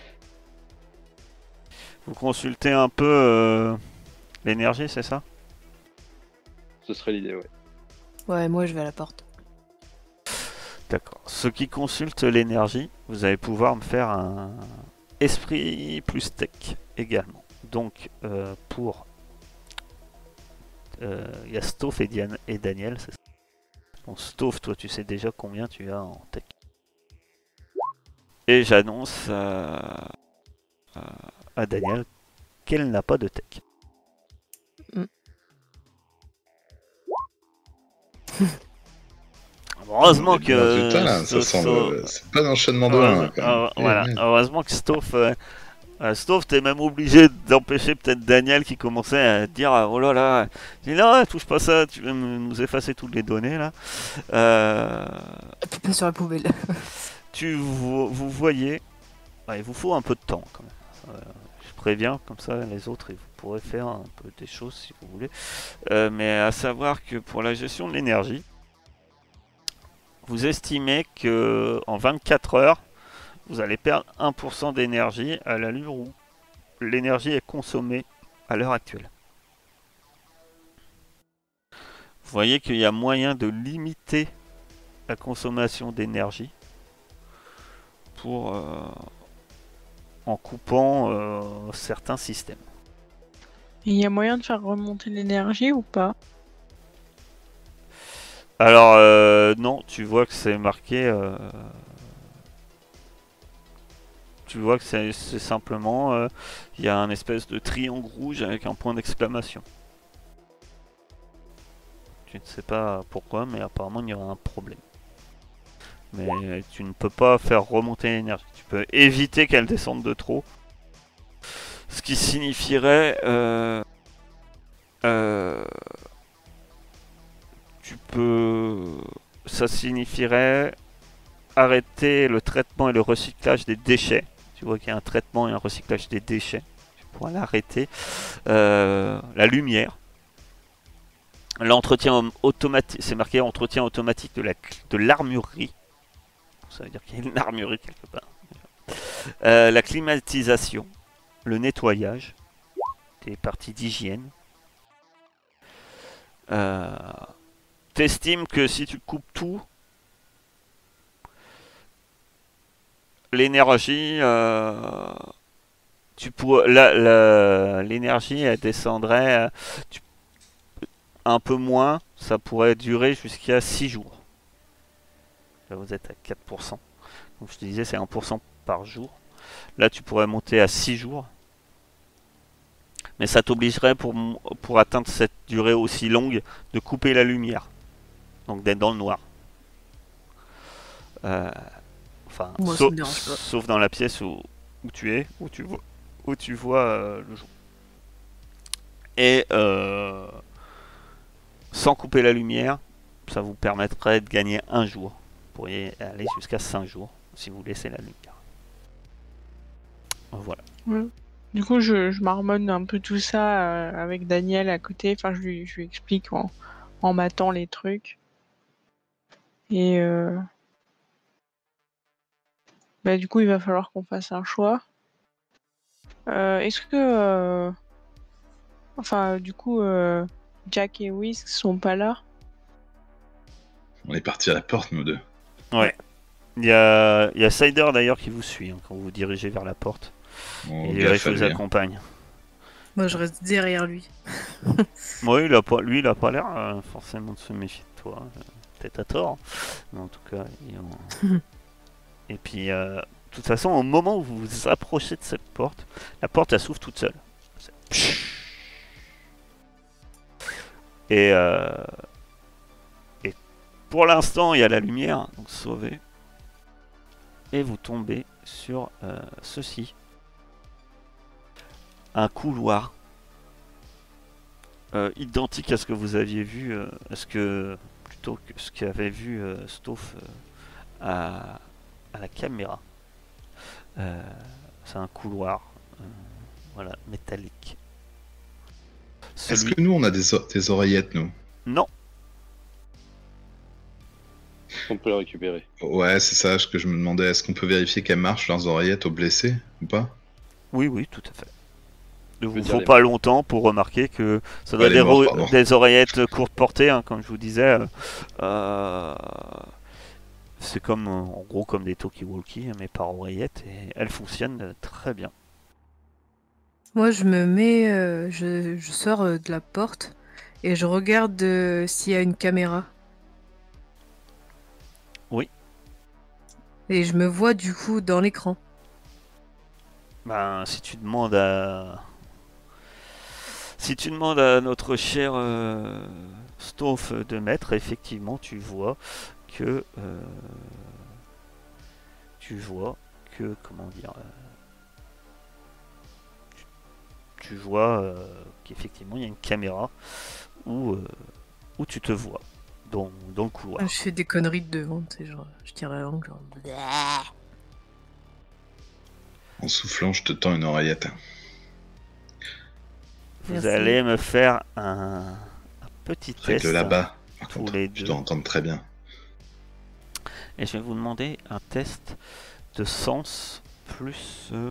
Vous consultez un peu euh, l'énergie, c'est ça? Ce serait l'idée, ouais. Ouais, moi je vais à la porte. D'accord. Ceux qui consultent l'énergie, vous allez pouvoir me faire un esprit plus tech également. Donc, euh, pour... Il euh, y a Stauff et, Diane et Daniel, c'est ça? Bon, Stauff, toi, tu sais déjà combien tu as en tech. Et j'annonce à, à, à Daniel qu'elle n'a pas de tech. Mm. Heureusement Des que... résultats, là, ça ce- sent ce- le- C'est pas d'enchaînement de Heureusement- un, quand même. euh, Eh, voilà. merde. Heureusement que Stauff, euh, euh, Stauff, t'es même obligé d'empêcher peut-être Daniel qui commençait à dire euh, oh là là, il dit non, touche pas ça, tu veux me- nous effacer toutes les données là. Euh, Pas sur la poubelle. tu vous, vous voyez, ouais, il vous faut un peu de temps quand même. Euh, je préviens, comme ça les autres ils pourraient faire un peu des choses si vous voulez. Euh, mais à savoir que pour la gestion de l'énergie, vous estimez que en vingt-quatre heures, vous allez perdre un pour cent d'énergie à l'allure où l'énergie est consommée à l'heure actuelle. Vous voyez qu'il y a moyen de limiter la consommation d'énergie pour euh, en coupant euh, certains systèmes. Il y a moyen de faire remonter l'énergie ou pas? Alors euh, non, tu vois que c'est marqué. Euh, tu vois que c'est simplement, il euh, y a un espèce de triangle rouge avec un point d'exclamation. Tu ne sais pas pourquoi, mais apparemment il y aura un problème. Mais tu ne peux pas faire remonter l'énergie. Tu peux éviter qu'elle descende de trop. Ce qui signifierait... Euh, euh, tu peux... Ça signifierait arrêter le traitement et le recyclage des déchets. Tu vois qu'il y a un traitement et un recyclage des déchets. Tu pourras l'arrêter. Euh, la lumière. L'entretien automatique, c'est marqué entretien automatique de la de l'armurerie. Ça veut dire qu'il y a une armurerie quelque part. Euh, la climatisation, le nettoyage, des parties d'hygiène. Euh, T'estimes que si tu coupes tout, l'énergie, euh, tu pourrais, la, la, l'énergie, elle descendrait. Tu, un peu moins, ça pourrait durer jusqu'à six jours. Là, vous êtes à quatre pour cent. Comme je te disais, c'est un pour cent par jour. Là, tu pourrais monter à six jours. Mais ça t'obligerait, pour, pour atteindre cette durée aussi longue, de couper la lumière. Donc d'être dans le noir. Euh, enfin, Moi, ça sauf, me dérange pas. sauf dans la pièce où, où tu es, où tu vois, où tu vois euh, le jour. Et... Euh, sans couper la lumière, ça vous permettrait de gagner un jour. Vous pourriez aller jusqu'à cinq jours si vous laissez la lumière. Voilà. Ouais. Du coup, je, je marmonne un peu tout ça euh, avec Daniel à côté. Enfin, je lui, je lui explique en, en matant les trucs. Et euh... bah, du coup, il va falloir qu'on fasse un choix. Euh, Est-ce que... Euh... Enfin, du coup, euh... Jack et Whisk sont pas là? On est partis à la porte, nous deux. Ouais. Il y a, il y a Cider d'ailleurs qui vous suit hein, quand vous vous dirigez vers la porte. On Et il gaffe à vous lui, hein. accompagne. Moi, je reste derrière lui. Ouais, il a pas, lui, il a pas l'air euh, forcément de se méfier de toi. Euh, Peut-être à tort. Mais en tout cas, il en... Et puis, euh, de toute façon, au moment où vous vous approchez de cette porte, la porte, elle s'ouvre toute seule. Et, euh, et pour l'instant, il y a la lumière, donc sauvez. Et vous tombez sur euh, ceci. Un couloir. Euh, identique à ce que vous aviez vu, euh, à ce que, plutôt que ce qu'avait vu euh, Stauff euh, à, à la caméra. Euh, C'est un couloir, euh, voilà, métallique. Est-ce Celui... que nous, on a des, o- des oreillettes, nous? Non, On peut la récupérer. Ouais, c'est ça ce que je me demandais. Est-ce qu'on peut vérifier qu'elles marchent, leurs oreillettes, aux blessés, ou pas? oui, oui, tout à fait. Il ne veux vous dire faut les pas morts. longtemps pour remarquer que ça doit Ouais, être les des, morts, ro- pardon. des oreillettes courte portée, hein, comme je vous disais. euh, euh, c'est comme, euh, en gros, comme des talkie-walkie, mais par oreillette, et elles fonctionnent euh, très bien. Moi, je me mets, euh, je, je sors euh, de la porte et je regarde euh, s'il y a une caméra. Oui. Et je me vois du coup dans l'écran. Ben, si tu demandes à... Si tu demandes à notre cher euh, Stauff de mettre, effectivement, tu vois que... euh, tu vois que... Comment dire... euh, tu, tu vois euh, qu'effectivement, il y a une caméra où, euh, où tu te vois dans, dans le couloir. Je fais des conneries de devant, tu sais, genre, je tire la langue, genre... En soufflant, je te tends une oreillette. Vous Merci. allez me faire un, un petit test. Règle là-bas. Par tous contre, les je deux. dois entendre très bien. Et je vais vous demander un test de sens plus... euh,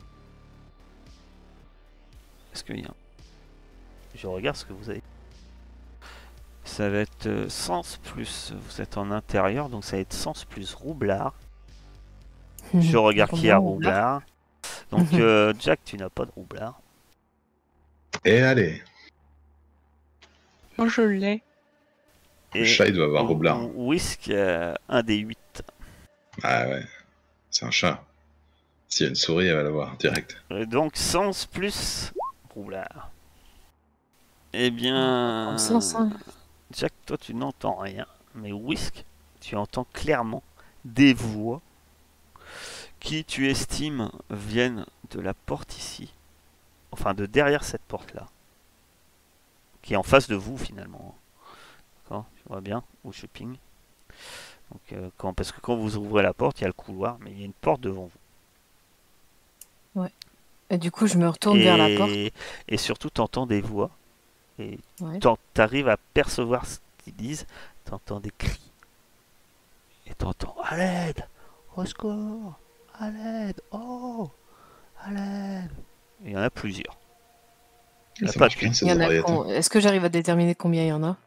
Est-ce qu'il y a un... Je regarde ce que vous avez. Ça va être euh, sens plus... Vous êtes en intérieur, donc ça va être sens plus roublard. Je regarde qui a Roublard. roublard. Donc, euh, Jack, tu n'as pas de roublard. Et allez, Moi, je l'ai. le Et chat il doit avoir roublard. Whisk, euh, un des huit. Ah ouais, c'est un chat. S'il y a une souris, elle va l'avoir direct. Et donc, sens plus roublard. Eh bien, Comme sens, hein. Jack, toi, tu n'entends rien. Mais Whisk, tu entends clairement des voix qui, tu estimes, viennent de la porte ici. Enfin, de derrière cette porte-là. Qui est en face de vous, finalement. D'accord, tu vois bien où je ping. Donc, euh, quand, parce que quand vous ouvrez la porte, il y a le couloir, mais il y a une porte devant vous. Et du coup, je me retourne vers la porte. Et, et surtout, tu entends des voix. Et Ouais. tu arrives à percevoir ce qu'ils disent. Tu entends des cris. Et tu entends à l'aide, au secours, à l'aide, oh, à l'aide. Il y en a plusieurs. Il y a Ça pas marche de bien, cul. ces Il y en a oreillettes. con- Est-ce que j'arrive à déterminer combien il y en a?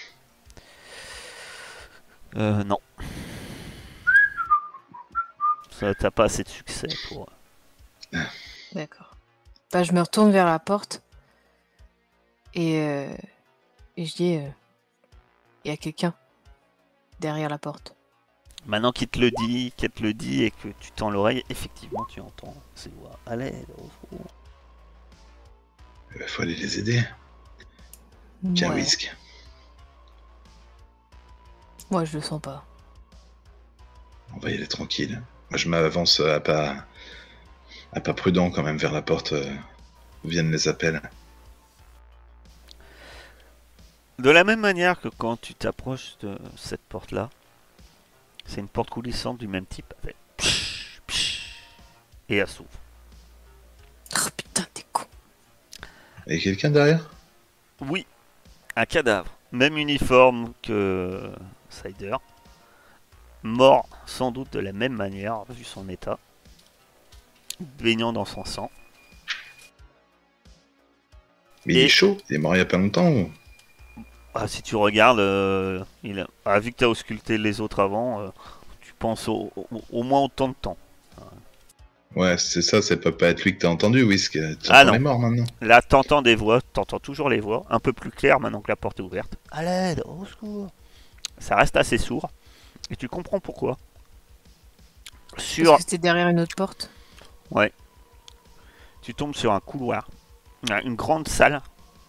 Euh, non. Ça, t'as pas assez de succès pour. D'accord. Bah, je me retourne vers la porte et, euh, et je dis, euh, il y a quelqu'un derrière la porte. Maintenant qu'il te le dit, qu'elle te le dit et que tu tends l'oreille, effectivement, tu entends ces voix. À l'aide, au secours. Il faut aller les aider. Tiens, Ouais. Whisk. Moi, je le sens pas. On va y aller tranquille. Moi, je m'avance à pas, à pas prudent quand même vers la porte euh, où viennent les appels. De la même manière que quand tu t'approches de cette porte-là, c'est une porte coulissante du même type. Avec psh, psh, et elle s'ouvre. Oh putain, t'es con. Et quelqu'un derrière? Oui, un cadavre. Même uniforme que Cider. Mort sans doute de la même manière, vu son état. Baignant dans son sang. Mais il Et- est chaud, il est mort il y a pas longtemps. ou- Ah, si tu regardes, euh, il a... ah, vu que tu as ausculté les autres avant, euh, tu penses au, au- au moins autant de temps. Ouais, c'est ça, c'est pas, pas être lui que t'as entendu, Whisk. Tu Ah entends non. les morts maintenant. Là, t'entends des voix, t'entends toujours les voix, un peu plus claires maintenant que la porte est ouverte. À l'aide, au secours. Ça reste assez sourd, et tu comprends pourquoi. Sur, Parce que c'était derrière une autre porte. tu tombes sur un couloir, une grande salle.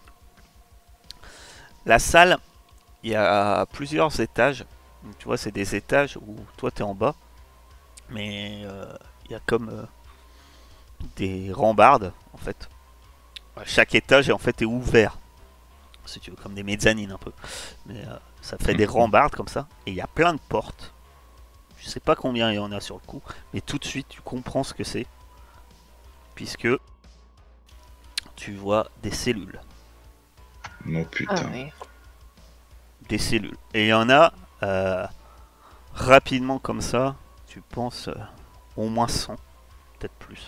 La salle, il y a plusieurs étages. Donc, tu vois, c'est des étages où toi t'es en bas, mais euh, il y a comme euh, des rambardes en fait. Chaque étage en fait est ouvert, si tu veux, comme des mezzanines un peu. Mais euh, ça fait des rambardes comme ça, et il y a plein de portes. Je sais pas combien il y en a sur le coup, mais tout de suite tu comprends ce que c'est, puisque tu vois des cellules. Non, Ah putain. oui. Des cellules. Et il y en a euh, rapidement comme ça, tu penses euh, au moins cent, peut-être plus.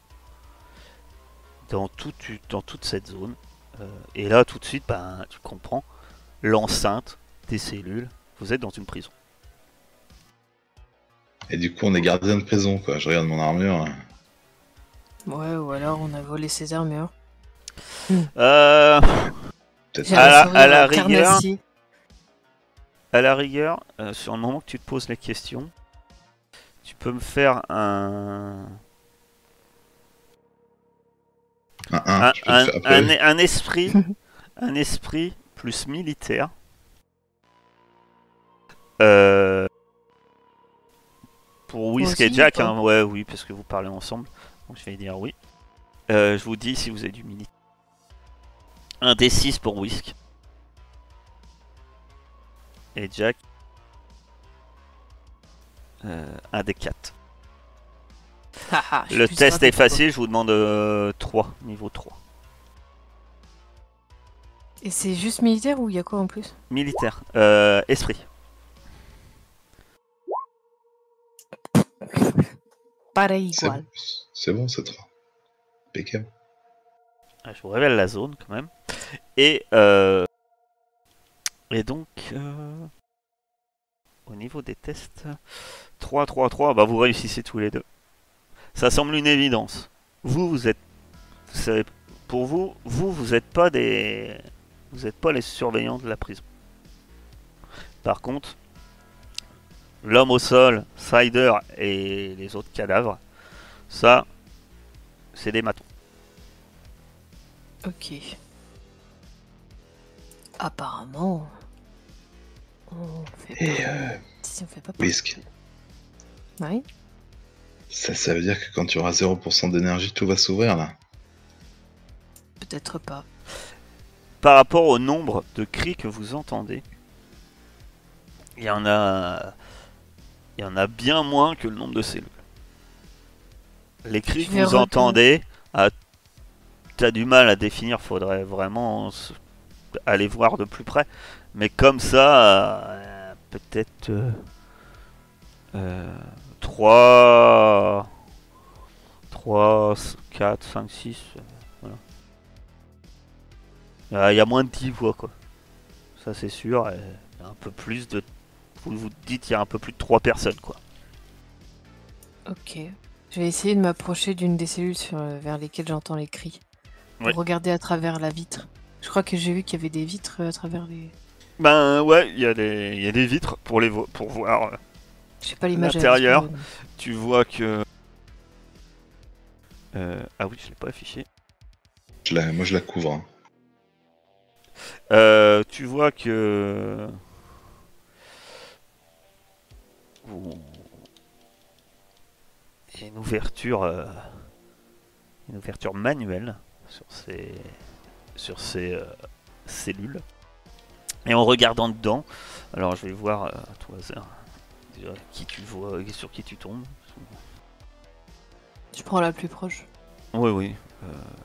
Dans, tout, tu- dans toute cette zone. Euh, et là, tout de suite, ben, tu comprends l'enceinte des cellules. Vous êtes dans une prison. Et du coup, on est gardien de prison, quoi. Je regarde mon armure. Ouais, ou alors on a volé ses armures. Euh, Peut-être J'ai À un la- sourire à la euh, rigueur. carnassier. à la rigueur, euh, sur le moment que tu te poses les questions, tu peux me faire un, un un, un. Je peux un- te faire après. un- un esprit, un esprit plus militaire. Euh, pour Whisk Moi et aussi, Jack, ou pas hein, ouais, oui, parce que vous parlez ensemble, donc je vais dire oui. Euh, je vous dis si vous avez du militaire. Un D six pour Whisk. Et Jack. Euh, un D quatre. Haha, je suis Le plus test est stratège que toi. facile, je vous demande euh, trois, niveau trois. Et c'est juste militaire ou il y a quoi en plus? Militaire. Euh, esprit. Pareil, C'est igual. bon, c'est bon, c'est trop. Impeccable. Ah, je vous révèle la zone quand même. Et, euh, et donc... euh, au niveau des tests. trois, trois, trois, bah vous réussissez tous les deux. Ça semble une évidence. Vous, vous êtes... Vous savez, pour vous, vous, vous n'êtes pas des... Vous n'êtes pas les surveillants de la prison. Par contre, l'homme au sol, Cider et les autres cadavres, ça, c'est des matons. Ok. Apparemment, on fait Et pas... euh, Si on fait pas... Whisk, Oui. ça, ça veut dire que quand tu auras zéro pour cent d'énergie, tout va s'ouvrir là. Peut-être pas. Par rapport au nombre de cris que vous entendez, il y en a, il y en a bien moins que le nombre de cellules. Les cris Je que vais vous retourner. entendez, ah, t'as du mal à définir, faudrait vraiment se- aller voir de plus près. Mais comme ça, euh, peut-être euh, euh, trois, trois, quatre, cinq, six. Il y a moins de dix voix, quoi. Ça, c'est sûr. Et un peu plus de. Vous vous dites, il y a un peu plus de trois personnes, quoi. Ok. Je vais essayer de m'approcher d'une des cellules sur- vers lesquelles j'entends les cris. Pour Oui. regarder à travers la vitre. Je crois que j'ai vu qu'il y avait des vitres à travers les... Ben ouais, il y, a des- il y a des vitres pour, les vo- pour voir. euh, J'ai pas l'image à L'intérieur. l'esprit, Tu vois que. Euh, ah oui, je l'ai pas affiché. Je la- moi, je la couvre. hein. Euh, tu vois que. Ouh. Il y a une ouverture. euh, Une ouverture manuelle sur ces. Sur ces euh, cellules. Et en regardant dedans, alors je vais voir euh, à tout hasard déjà, qui tu vois, sur qui tu tombes. Je prends la plus proche. Oui, oui. Euh...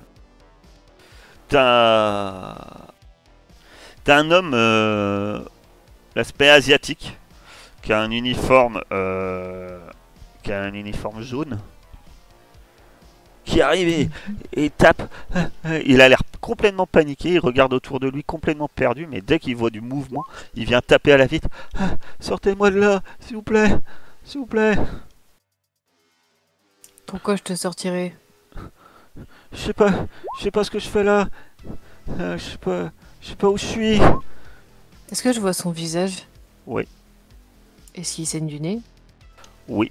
T'as... T'as un homme, euh... l'aspect asiatique, qui a un uniforme, euh... qui a un uniforme jaune, qui arrive et, et tape. Il a l'air complètement paniqué, il regarde autour de lui complètement perdu, mais dès qu'il voit du mouvement, il vient taper à la vitre. Sortez-moi de là, s'il vous plaît, s'il vous plaît. Pourquoi je te sortirai? Je sais pas, je sais pas ce que je fais là. Euh, je sais pas, je sais pas où je suis. Est-ce que je vois son visage? Oui. Est-ce qu'il saigne du nez? Oui.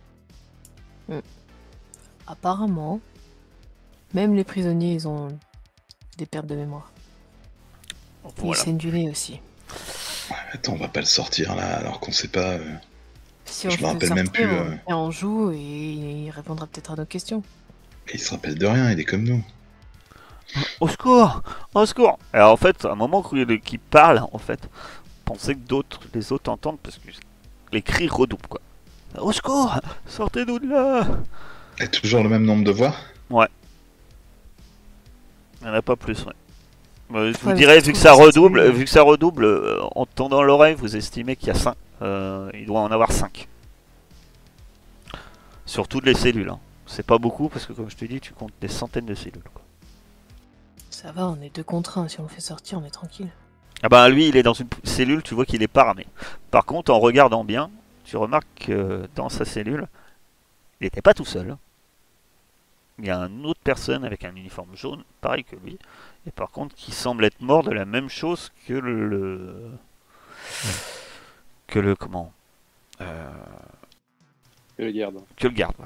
Apparemment, même les prisonniers, ils ont des pertes de mémoire. Il Voilà. saigne du nez aussi. Attends, on va pas le sortir là, alors qu'on sait pas. euh, Si on Je se me fait rappelle même sortir, plus, on- euh. et on joue et il répondra peut-être à nos questions. Il se rappelle de rien, il est comme nous. Au secours, au secours. Alors en fait, à un moment qu'il qu'il parle, en fait, pensez que d'autres, les autres entendent parce que les cris redoublent quoi. Au secours, sortez-nous de là. Et toujours le même nombre de voix? Il n'y en a pas plus, ouais. Euh, je vous Ouais, dirais, mais vu que je ça trouve que redouble, c'est- vu que ça redouble, euh, en tendant l'oreille, vous estimez qu'il y a cinq. Euh, il doit en avoir cinq. Sur toutes les cellules. Hein. C'est pas beaucoup parce que, comme je te dis, tu comptes des centaines de cellules. Quoi. Ça va, on est deux contre un. Si on le fait sortir, on est tranquille. Ah bah lui, il est dans une p- cellule, tu vois qu'il est pas armé. Par contre, en regardant bien, tu remarques que dans sa cellule, il n'était pas tout seul. Il y a une autre personne avec un uniforme jaune, pareil que lui, et par contre qui semble être mort de la même chose que le... que le... comment euh, Je le garde. que le garde, ouais.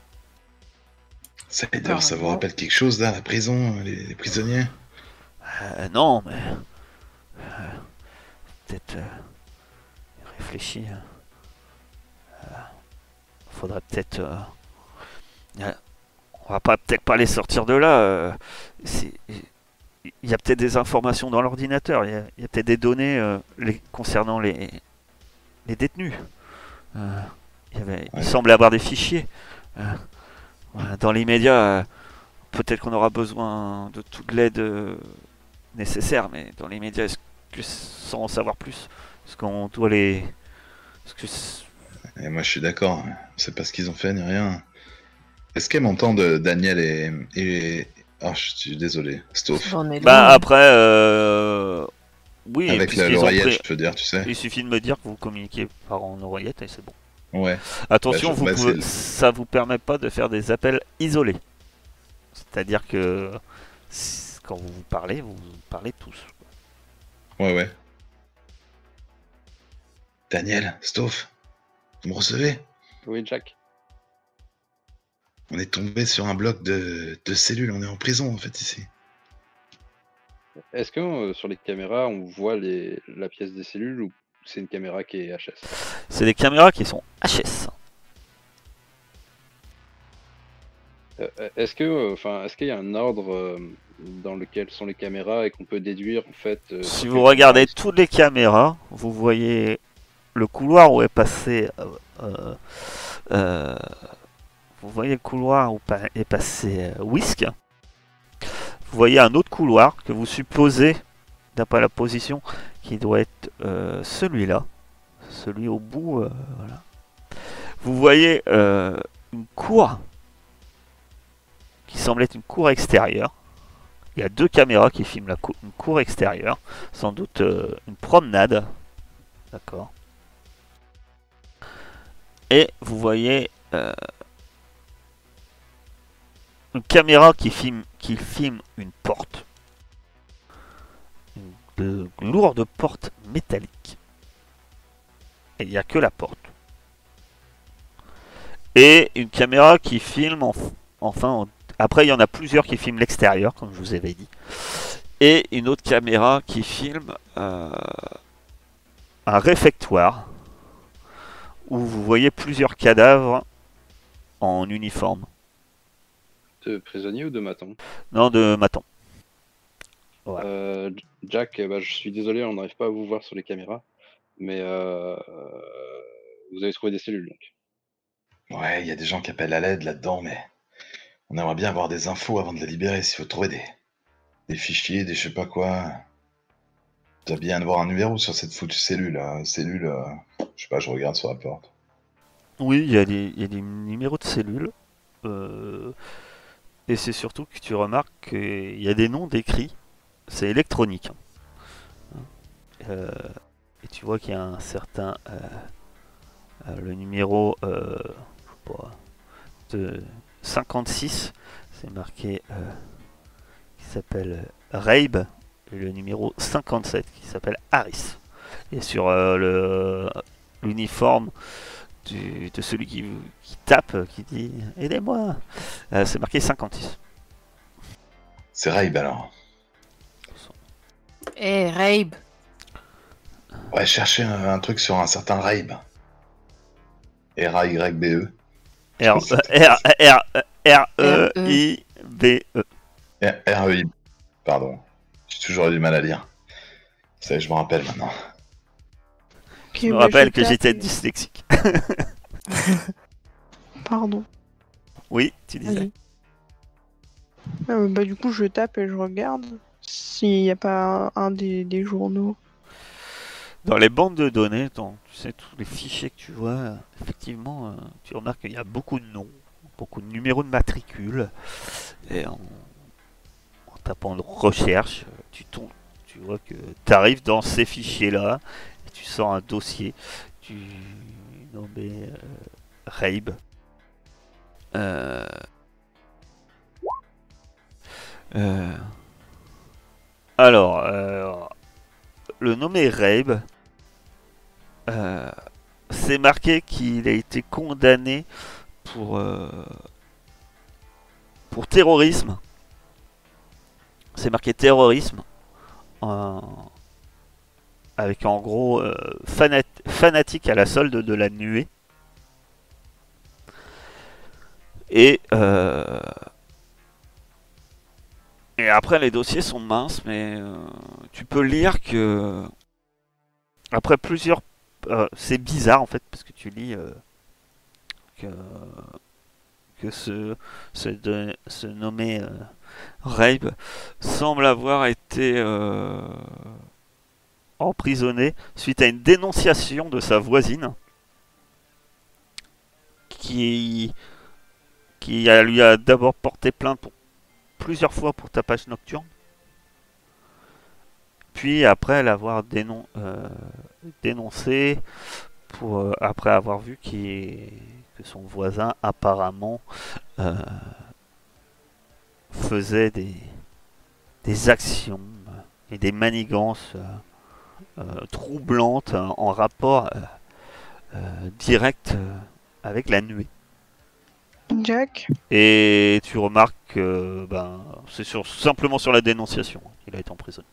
Ça, d'ailleurs, ça vous rappelle quelque chose là, la prison, les, les prisonniers? Euh, non, mais... euh, peut-être... euh, réfléchis. Euh, faudrait peut-être... euh, euh, on va pas peut-être pas les sortir de là. euh, c'est- Il y a peut-être des informations dans l'ordinateur. Il y a, il y a peut-être des données euh, les- concernant les, les détenus. Euh, il, y avait, il Ouais. semble avoir des fichiers. Euh, voilà, dans l'immédiat, euh, peut-être qu'on aura besoin de toute l'aide euh, nécessaire, mais dans l'immédiat, est-ce que sans en savoir plus, est-ce qu'on doit les... Est-ce que c'est- Et moi, je suis d'accord, on sait pas ce qu'ils ont fait ni rien. Est-ce qu'elle m'entend de Daniel et. et... Oh, je suis désolé, Stauff. On est Bah loin. après, euh, Oui, Avec la- puisqu'ils ont l'oreillette, pris- je peux dire, tu sais. il suffit de me dire que vous communiquez par en oreillette et c'est bon. Ouais. Attention, Bah, je- vous bah, pouvez, c'est- ça vous permet pas de faire des appels isolés. C'est-à-dire que si- quand vous vous parlez, vous vous parlez tous. Ouais, ouais. Daniel, Stoph, vous me recevez? Oui, Jack. On est tombé sur un bloc de, de cellules, on est en prison en fait ici. Est-ce que euh, sur les caméras, on voit les... la pièce des cellules ou c'est une caméra qui est H S? C'est des caméras qui sont H S. Euh, Est-ce que, euh, enfin, est-ce qu'il y a un ordre euh, dans lequel sont les caméras et qu'on peut déduire en fait euh, Si sur vous quelle regardez caméra toutes les caméras, vous voyez le couloir où est passé. euh, euh, euh, vous voyez le couloir où pa- est passé euh, Whisk. Vous voyez un autre couloir que vous supposez, d'après la position, qui doit être euh, celui-là. Celui au bout. euh, voilà. Vous voyez euh, une cour qui semble être une cour extérieure. Il y a deux caméras qui filment la cou- une cour extérieure. Sans doute euh, une promenade. D'accord. Et vous voyez euh, une caméra qui filme, qui filme une porte. Une, de- une lourde porte métallique. Et il n'y a que la porte. Et une caméra qui filme, en, enfin, en- après il y en a plusieurs qui filment l'extérieur, comme je vous avais dit. Et une autre caméra qui filme euh, un réfectoire où vous voyez plusieurs cadavres en uniforme. de prisonnier ou de maton? Non, de maton. Ouais. Euh, Jack, eh ben, je suis désolé, on n'arrive pas à vous voir sur les caméras, mais euh, vous avez trouvé des cellules donc. Ouais, il y a des gens qui appellent à l'aide là-dedans, mais on aimerait bien avoir des infos avant de la libérer. S'il faut trouver des, des fichiers, des je sais pas quoi. Doit bien y avoir un numéro sur cette foutue cellule. Hein. Cellule, euh, je sais pas, je regarde sur la porte. Oui, il y, a des- il y a des numéros de cellules. euh, et c'est surtout que tu remarques qu'il y a des noms décrits. C'est électronique. Euh, et tu vois qu'il y a un certain. euh, euh, le numéro euh, je sais pas, de cinquante-six, c'est marqué. euh, qui s'appelle Rabe. Et le numéro cinquante-sept qui s'appelle Harris. Et sur euh, le l'uniforme du- de celui qui, qui tape, qui dit aidez-moi, euh, c'est marqué cinquante-six. C'est Raib alors. Eh, Rabe. Ouais, chercher un, un truc sur un certain Raib. R A Y B E. R R R R E I B E. R E I. Pardon. J'ai toujours eu du mal à lire. Ça, je me rappelle maintenant. Ok, Je me bah, rappelle je que tape j'étais et- dyslexique. Pardon. Oui, tu disais. Vas-y. Euh, bah, du coup, je tape et je regarde s'il n'y a pas un, un des, des journaux. Dans les bandes de données, dans, tu sais, tous les fichiers que tu vois, euh, effectivement, euh, tu remarques qu'il y a beaucoup de noms, beaucoup de numéros de matricule. Et en, en tapant de recherche, euh, tu tombes, tu vois que tu arrives dans ces fichiers-là, et tu sors un dossier du nommé euh, Rabe. Euh, euh, alors, euh, le nommé Rabe, euh, c'est marqué qu'il a été condamné pour, euh, pour terrorisme. C'est marqué terrorisme. en- avec en gros euh, fanat- fanatique à la solde de la nuée. Et, euh, et après les dossiers sont minces, mais euh, tu peux lire que après plusieurs, euh, c'est bizarre en fait parce que tu lis euh, que que ce ce, de- ce nommé euh, Rabe semble avoir été euh, emprisonné suite à une dénonciation de sa voisine qui qui a- lui a d'abord porté plainte pour plusieurs fois pour tapage nocturne, puis après l'avoir dénon- euh, dénoncé, pour, euh, après avoir vu qu'il est- que son voisin apparemment euh, faisait des, des actions et des manigances euh, euh, troublantes euh, en rapport euh, euh, direct euh, avec la nuée. Jack, Et tu remarques que ben, c'est sur, simplement sur la dénonciation qu'il a été emprisonné.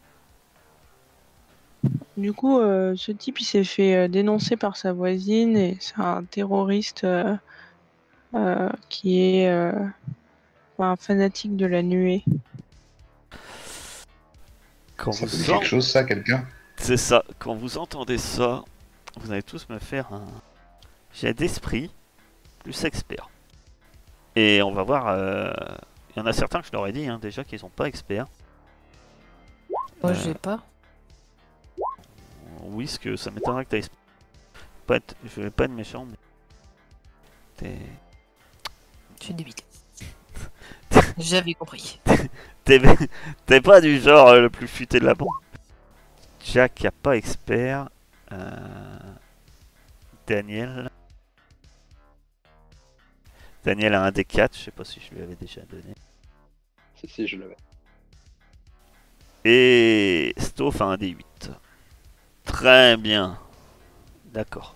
du coup, euh, ce type, il s'est fait euh, dénoncer par sa voisine et c'est un terroriste euh, euh, qui est euh, un fanatique de la nuée. Quand Ça vous te dit sent- quelque chose, ça, quelqu'un? C'est ça, quand vous entendez ça, vous allez tous me faire un jet d'esprit plus expert. Et on va voir, euh, il y en a certains que je leur ai dit hein, déjà qu'ils sont pas experts. Moi, Euh, j'ai pas. Oui, parce que ça m'étonnerait que t'aies pas être, je vais pas être méchant, mais t'es, Je suis débile. J'avais compris. t'es, t'es pas du genre euh, le plus futé de la bande. Jack a pas expert. Euh, Daniel. Daniel a un des quatre, je sais pas si je lui avais déjà donné. Si, si, je l'avais. Et Stoph a un des huit. Très bien. D'accord.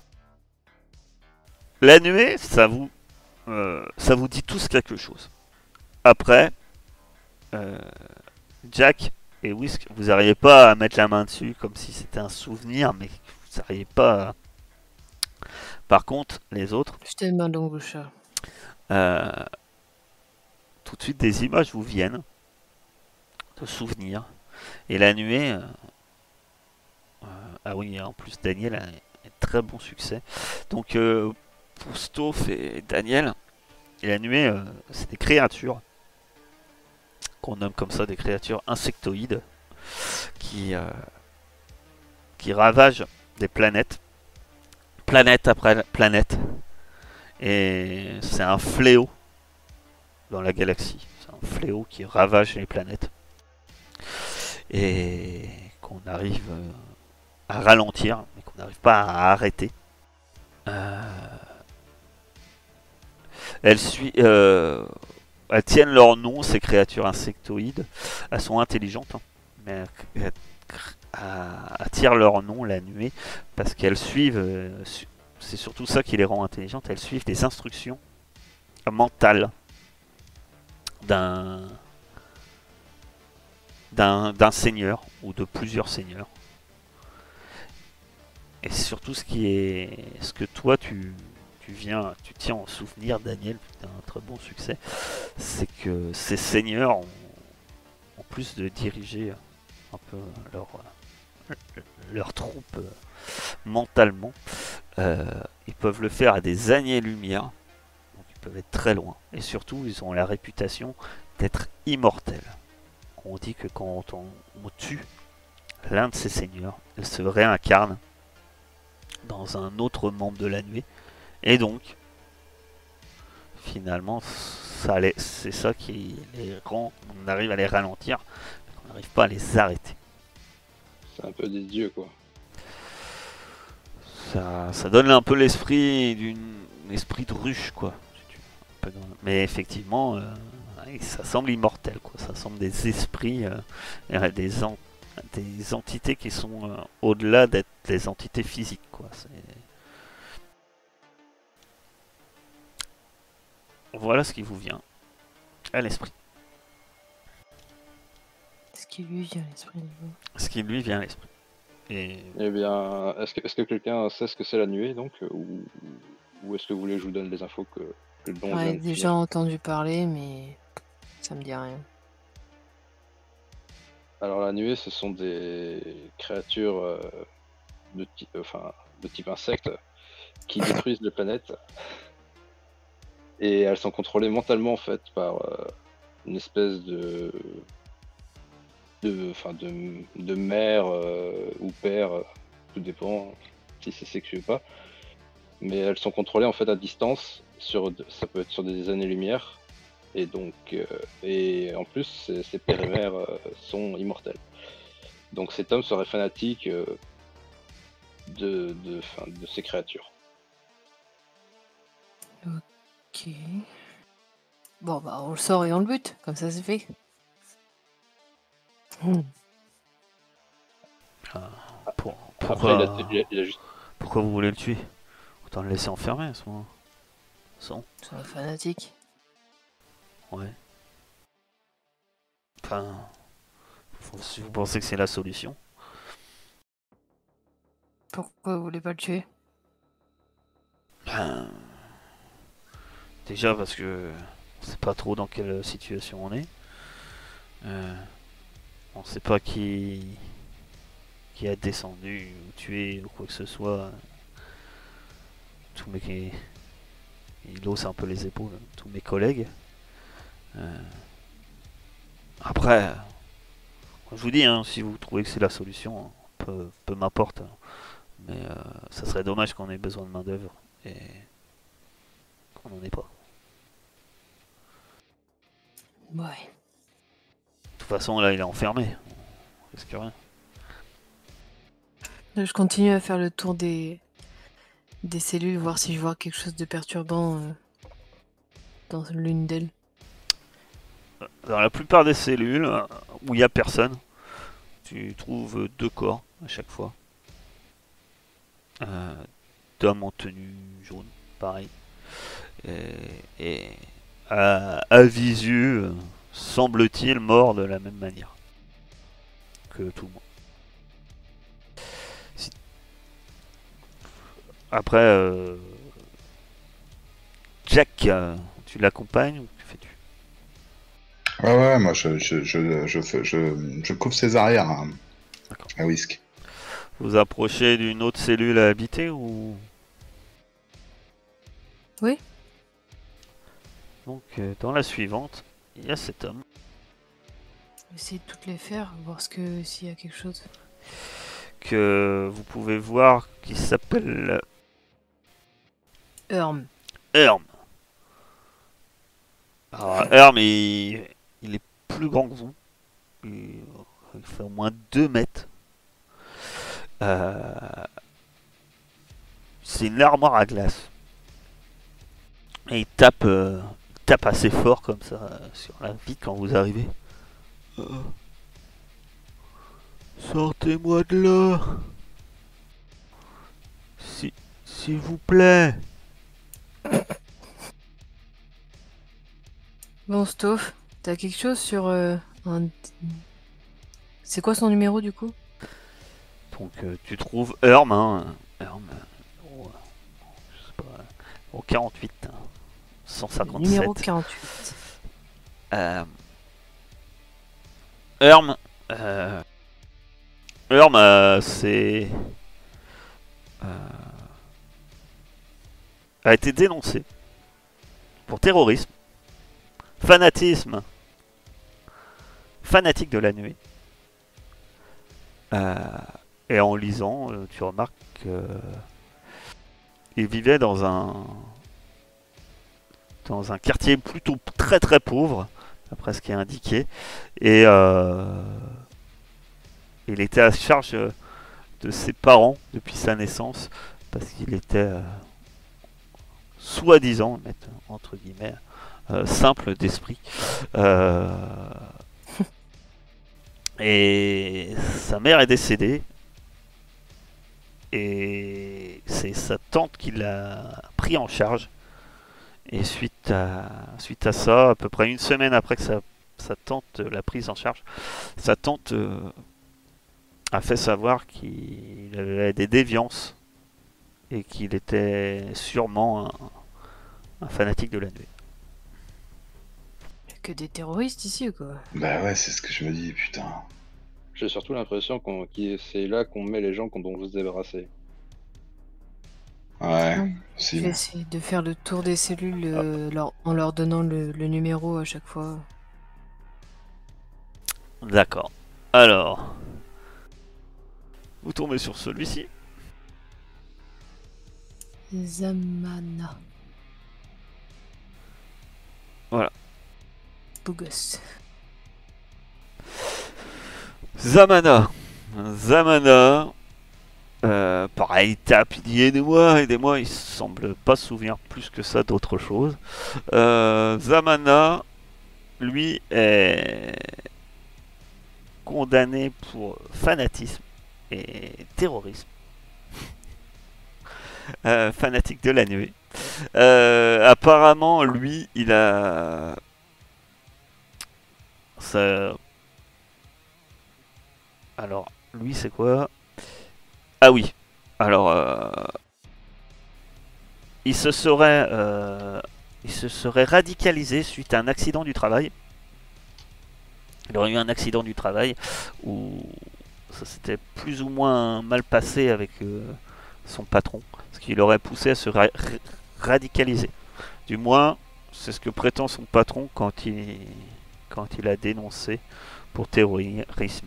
La nuée, ça vous, euh, ça vous dit tous quelque chose. Après, euh, Jack et Whisk, vous n'arrivez pas à mettre la main dessus comme si c'était un souvenir, mais vous n'arrivez pas à... Par contre, les autres, Je te demande donc, Bouchard. euh, tout de suite des images vous viennent, de souvenirs. Et la nuée, euh, euh, ah oui, en plus Daniel a un très bon succès. Donc euh, pour Stoph et Daniel, et la nuée, euh, c'est des créatures qu'on nomme comme ça des créatures insectoïdes qui, euh, qui ravagent des planètes, planète après planète. Et c'est un fléau dans la galaxie. C'est un fléau qui ravage les planètes. Et qu'on arrive euh, à ralentir, mais qu'on n'arrive pas à arrêter. Euh... Elles, suit, euh... Elles tiennent leur nom, ces créatures insectoïdes. Elles sont intelligentes, hein, mais elles attirent leur nom, la nuée, parce qu'elles suivent, euh, su c'est surtout ça qui les rend intelligentes, elles suivent des instructions mentales d'un d'un seigneur ou de plusieurs seigneurs. Et surtout ce qui est ce que toi tu, tu viens, tu tiens en souvenir, Daniel, tu as un très bon succès, c'est que ces seigneurs ont, en plus de diriger un peu leur leur troupe euh, mentalement, euh, ils peuvent le faire à des années-lumière, donc ils peuvent être très loin. Et surtout, ils ont la réputation d'être immortels. On dit que quand on, on tue l'un de ces seigneurs, il se réincarne dans un autre membre de la nuée. Et donc, finalement, ça les, c'est ça qui les rend, on arrive à les ralentir, on n'arrive pas à les arrêter. C'est un peu des dieux, quoi. Ça, ça donne un peu l'esprit d'une esprit de ruche, quoi. Mais effectivement, euh, ça semble immortel, quoi. Ça semble des esprits, euh, des, en, des entités qui sont euh, au-delà d'être des entités physiques, quoi. Voilà ce qui vous vient à l'esprit. Ce qui lui vient à l'esprit. Ce qui lui vient à l'esprit. Et... Eh bien, est-ce que, est-ce que quelqu'un sait ce que c'est la nuée, donc, ou, ou est-ce que vous voulez que je vous donne les infos que, que dont J'en je ai viens de déjà finir entendu parler, mais ça me dit rien. Alors la nuée, ce sont des créatures euh, de, type, enfin, de type insecte qui détruisent les planètes. Et elles sont contrôlées mentalement en fait par euh, une espèce de de, enfin, de, de mère euh, ou père, euh, tout dépend si c'est sexué ou pas. Mais elles sont contrôlées en fait à distance, sur, ça peut être sur des années-lumière. Et donc, euh, et en plus, ces, ces pères et mères euh, sont immortels. Donc cet homme serait fanatique euh, de, de, fin, de ces créatures. Ok. Bon, bah, on le sort et on le bute, comme ça c'est fait. Hmm. Ah, pour- Après, pourquoi, il a, il a- il a juste... pourquoi vous voulez le tuer? Autant le laisser enfermer à ce moment. Sans. C'est un fanatique. Ouais. Enfin, faut- si vous pensez que c'est la solution. Pourquoi vous voulez pas le tuer? Ben, déjà parce que on sait pas trop dans quelle situation on est. Euh, on sait pas qui qui a descendu ou tué ou quoi que ce soit. Tous mes il hausse un peu les épaules, tous mes collègues. Euh, après, je vous dis, hein, si vous trouvez que c'est la solution, peu, peu m'importe. Mais euh, ça serait dommage qu'on ait besoin de main d'œuvre et qu'on n'en ait pas. Ouais. De toute façon, là, il est enfermé. On risque rien. Là, je continue à faire le tour des des cellules, voir si je vois quelque chose de perturbant euh, dans l'une d'elles. Dans la plupart des cellules euh, où il n'y a personne, tu trouves deux corps à chaque fois. Euh, D'hommes en tenue jaune, pareil. Et, et à, à visu, euh, semble-t-il mort de la même manière que tout le monde. Si... Après, euh... Jack, euh, tu l'accompagnes ou que fais-tu? Ouais, ouais, moi je, je, je, je, fais- je, je couvre ses arrières hein, D'accord. à Whisk. Vous approchez d'une autre cellule à habiter ou... Oui. Donc euh, dans la suivante, il y a cet homme Essayer de toutes les faire, voir ce que s'il y a quelque chose. que vous pouvez voir qui s'appelle Herm. Herm. Alors Herm, il, il est plus grand que vous. Il, il fait au moins deux mètres. Euh, C'est une armoire à glace. Et il tape, euh, il tape assez fort comme ça euh, sur la vitre quand vous arrivez. Euh, Sortez-moi de là. Si, s'il vous plaît. Bon, Stoff, t'as quelque chose sur euh, un... C'est quoi son numéro du coup? Donc euh, tu trouves Herm, hein, Herm, euh, au, je sais pas, au quarante-huit, hein, cent cinquante-sept. Numéro quarante-huit. Euh, Herm, euh, Herm, euh, c'est euh, a été dénoncé pour terrorisme, fanatisme, fanatique de la nuit. Euh, et en lisant, euh, tu remarques qu'il vivait dans un dans un quartier plutôt très très pauvre, après ce qui est indiqué, et euh, il était à charge de ses parents depuis sa naissance, parce qu'il était euh, soi-disant, mettre entre guillemets, euh, simple d'esprit. Euh, et sa mère est décédée, et c'est sa tante qui l'a pris en charge. Et suite à, suite à ça, à peu près une semaine après que sa, sa tante l'a prise en charge, sa tante euh, a fait savoir qu'il avait des déviances et qu'il était sûrement un, un fanatique de la nuit. Y'a que des terroristes ici ou quoi? Bah ouais, c'est ce que je me dis, putain. J'ai surtout l'impression qu'on, qu'il- c'est là qu'on met les gens qu'on dont vous se débarrasser. Ouais, Je vais possible. essayer de faire le tour des cellules euh, leur- en leur donnant le, le numéro à chaque fois. D'accord. Alors, vous tombez sur celui-ci. Zamana. Voilà. Beau gosse. Zamana. Zamana, euh, pareil, il tape, il dit aidez-moi, aidez-moi, il semble pas se souvenir plus que ça d'autre chose. Euh, Zamana, lui, est condamné pour fanatisme et terrorisme. Euh, fanatique de la nuée. Euh, apparemment, lui, il a... Ça... Alors, lui, c'est quoi? Ah oui. Alors, euh... il se serait... Euh... Il se serait radicalisé suite à un accident du travail. Il aurait eu un accident du travail où ça s'était plus ou moins mal passé avec euh, son patron. Ce qui l'aurait poussé à se ra radicaliser. Du moins, c'est ce que prétend son patron quand il, quand il a dénoncé pour terrorisme.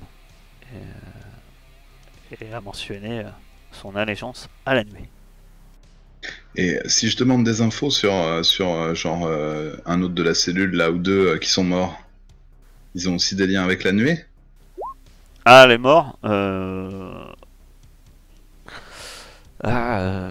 Et, et a mentionné son allégeance à la nuée. Et si je demande des infos sur, euh, sur euh, genre euh, un autre de la cellule, là, ou deux euh, qui sont morts, ils ont aussi des liens avec la nuée? Ah, les morts euh... Ah, euh...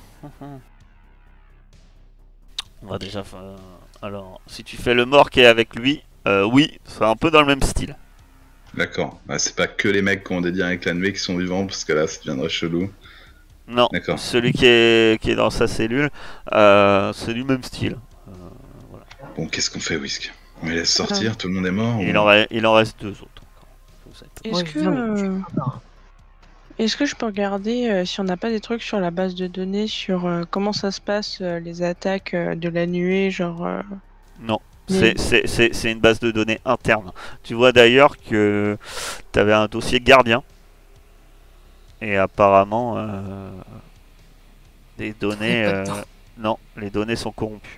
On va déjà... Euh... Alors, si tu fais le mort qui est avec lui, euh, oui, c'est un peu dans le même style. D'accord. Bah, c'est pas que les mecs qui ont des liens avec la nuée qui sont vivants, parce que là, ça deviendrait chelou. Non, celui qui est, qui est dans sa cellule, euh, c'est du même style. Euh, voilà. Bon, qu'est-ce qu'on fait, Whisk? On les laisse sortir, ah. Tout le monde est mort il, ou... en reste, il en reste deux autres. Est-ce ouais, que... Euh... Est-ce que je peux regarder euh, si on n'a pas des trucs sur la base de données, sur euh, comment ça se passe, euh, les attaques euh, de la nuée, genre... Euh... Non, mais... c'est une base de données interne. Tu vois d'ailleurs que tu avais un dossier gardien. Et apparemment, euh, les données, euh, non, les données sont corrompues.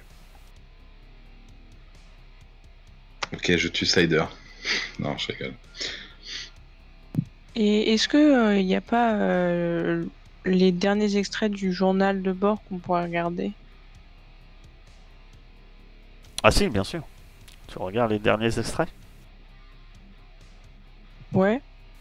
Ok, je tue Cider. Non, je rigole. Et est-ce que il n'y a pas euh, les derniers extraits du journal de bord qu'on pourrait regarder? Ah si, bien sûr. Tu regardes les derniers extraits? Ouais.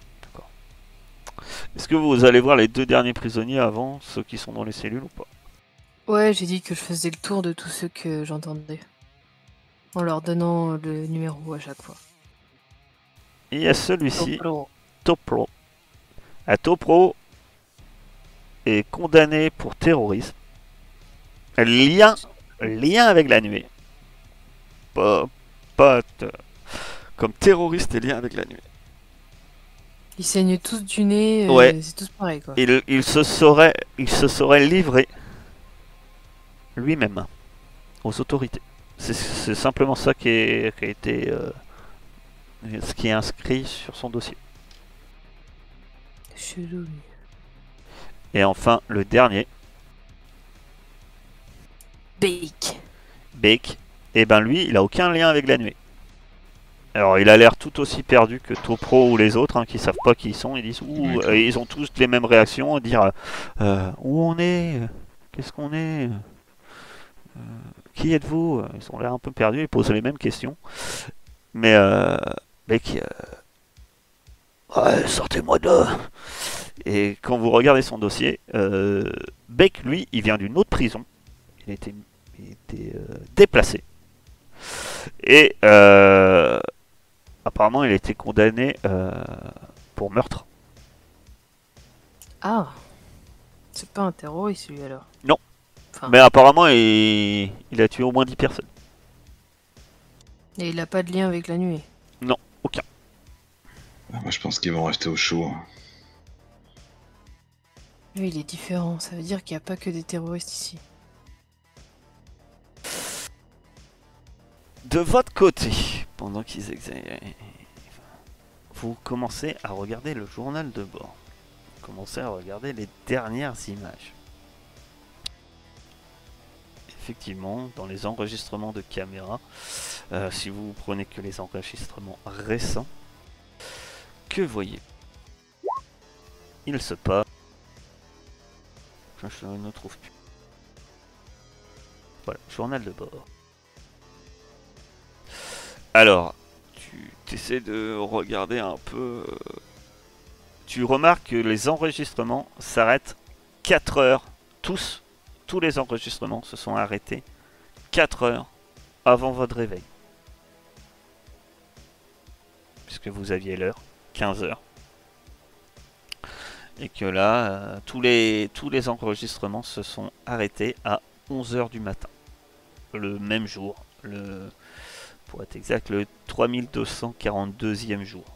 Est-ce que vous allez voir les deux derniers prisonniers avant ceux qui sont dans les cellules ou pas? Ouais, j'ai dit que je faisais le tour de tous ceux que j'entendais. En leur donnant le numéro à chaque fois. Il y a celui-ci, Topro. À Topro est condamné pour terrorisme. Lien, lien avec la nuée. Pas, pas comme terroriste et lien avec la nuée. Ils saignent tous du nez, euh, ouais. C'est tous pareil quoi. Il, il, se serait, il se serait livré lui-même aux autorités. C'est simplement ça qui, est, qui a été euh, ce qui est inscrit sur son dossier. Chelou. Et enfin le dernier. Bake. Bake. Et ben lui, il a aucun lien avec la nuée. Alors il a l'air tout aussi perdu que Topro ou les autres hein, qui savent pas qui ils sont. Ils disent ouh, euh, ils ont tous les mêmes réactions, dire euh, où on est, qu'est-ce qu'on est, euh, qui êtes-vous. Ils ont l'air un peu perdus, ils posent les mêmes questions. Mais euh, mec, euh, ouais, sortez-moi de là. Et quand vous regardez son dossier, euh, Beck lui, il vient d'une autre prison. Il était, il était euh, déplacé. Et euh, apparemment, il a été condamné euh, pour meurtre. Ah, c'est pas un terroriste lui alors? Non. Enfin... Mais apparemment, il... il a tué au moins dix personnes. Et il a pas de lien avec la nuée? Non, aucun. Moi, je pense qu'ils vont rester au chaud. Lui, il est différent. Ça veut dire qu'il n'y a pas que des terroristes ici. De votre côté, pendant qu'ils examinent, vous commencez à regarder le journal de bord. Vous commencez à regarder les dernières images. Effectivement, dans les enregistrements de caméra, euh, si vous prenez que les enregistrements récents, que voyez-vous? Il se passe... Je ne trouve plus. Voilà, journal de bord. Alors, tu essaies de regarder un peu... Euh, tu remarques que les enregistrements s'arrêtent quatre heures. Tous, tous les enregistrements se sont arrêtés quatre heures avant votre réveil. Puisque vous aviez l'heure, quinze heures. Et que là, euh, tous, les, tous les enregistrements se sont arrêtés à onze heures du matin. Le même jour, le, pour être exact, le trois mille deux cent quarante-deuxième jour.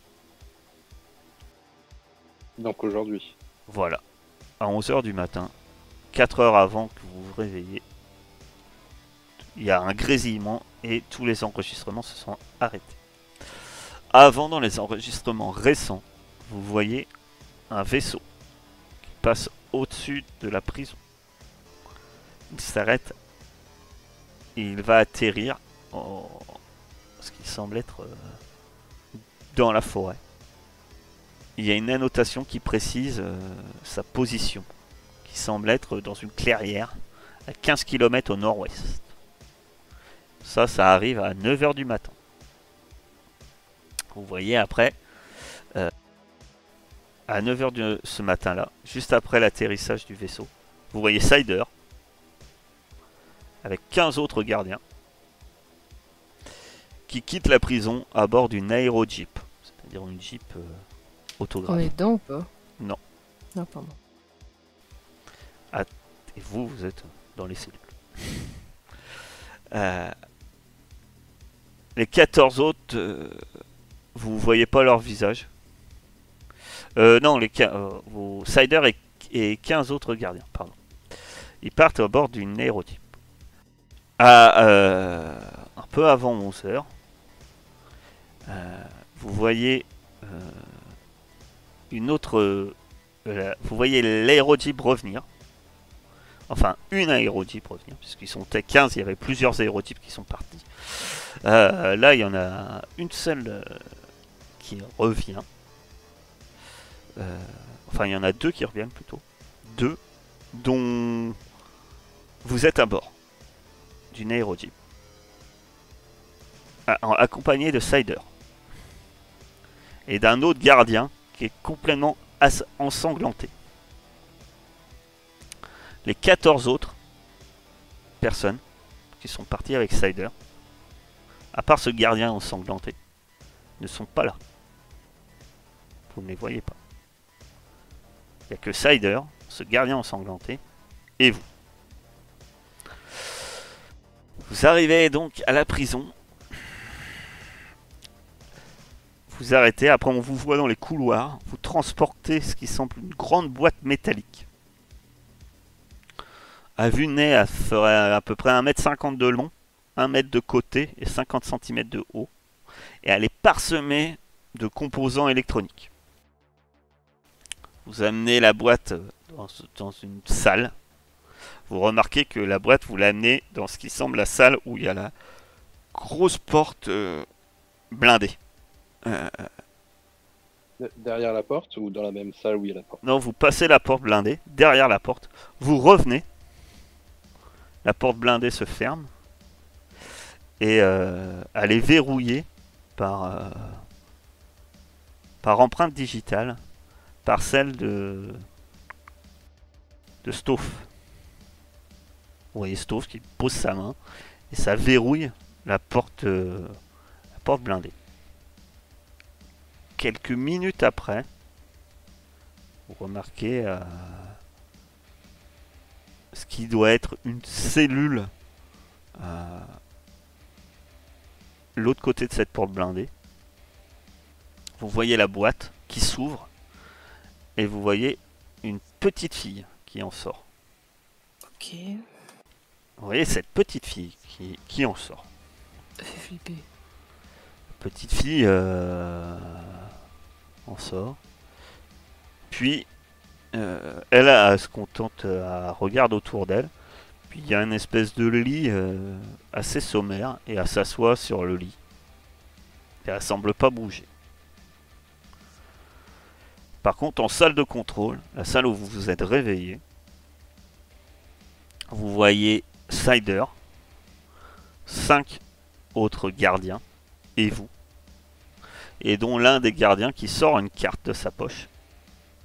Donc aujourd'hui. Voilà, à onze heures du matin, quatre heures avant que vous vous réveillez, il y a un grésillement et tous les enregistrements se sont arrêtés. Avant, dans les enregistrements récents, vous voyez un vaisseau qui passe au-dessus de la prison. Il s'arrête et il va atterrir en ce qui semble être euh, dans la forêt. Il y a une annotation qui précise euh, sa position, qui semble être dans une clairière à quinze kilomètres au nord-ouest. Ça, ça arrive à neuf heures du matin. Vous voyez après, euh, à neuf heures de ce matin-là, juste après l'atterrissage du vaisseau, vous voyez Cider avec quinze autres gardiens qui quittent la prison à bord d'une aérojeep, c'est-à-dire une jeep euh, autographe. On est dedans ou pas? Non. Non, pardon. Ah, et vous, vous êtes dans les cellules. euh, les quatorze autres, euh, vous voyez pas leur visage. Euh, non, les euh, vous, Cider et, et quinze autres gardiens, pardon. Ils partent à bord d'une aérojeep. À, euh, un peu avant onze heures, euh, vous voyez euh, une autre... Euh, vous voyez l'aérojeep revenir. Enfin, une aérojeep revenir, puisqu'ils sont quinze, il y avait plusieurs aérojeeps qui sont partis. Euh, là, il y en a une seule euh, qui revient. Euh, enfin, il y en a deux qui reviennent plutôt. Deux, dont vous êtes à bord d'une aérojeep. Accompagné de Cider. Et d'un autre gardien qui est complètement ensanglanté. Les quatorze autres personnes qui sont parties avec Cider, à part ce gardien ensanglanté, ne sont pas là. Vous ne les voyez pas. Il n'y a que Cider, ce gardien ensanglanté, et vous. Vous arrivez donc à la prison. Vous arrêtez, après on vous voit dans les couloirs, vous transportez ce qui semble une grande boîte métallique. À vue de nez, elle ferait à peu près un mètre cinquante de long, un mètre de côté et cinquante centimètres de haut. Et elle est parsemée de composants électroniques. Vous amenez la boîte dans, dans une salle. Vous remarquez que la boîte, vous l'amenez dans ce qui semble la salle où il y a la grosse porte euh, blindée. Euh, Derrière la porte ou dans la même salle où il y a la porte? Non, vous passez la porte blindée, derrière la porte. Vous revenez. La porte blindée se ferme. Et euh, elle est verrouillée par, euh, par empreinte digitale, par celle de, de Stauff. Vous voyez Stauff qui pose sa main et ça verrouille la porte, euh, la porte blindée. Quelques minutes après, vous remarquez euh, ce qui doit être une cellule euh, l'autre côté de cette porte blindée. Vous voyez la boîte qui s'ouvre et vous voyez une petite fille qui en sort. Ok. Vous voyez cette petite fille qui, qui en sort. Ça fait flipper. Petite fille euh, en sort. Puis euh, elle, elle se contente, elle regarde autour d'elle. Puis il y a une espèce de lit euh, assez sommaire et elle s'assoit sur le lit. Et elle semble pas bouger. Par contre, en salle de contrôle, la salle où vous vous êtes réveillé, vous voyez Cider, cinq autres gardiens et vous, et dont l'un des gardiens qui sort une carte de sa poche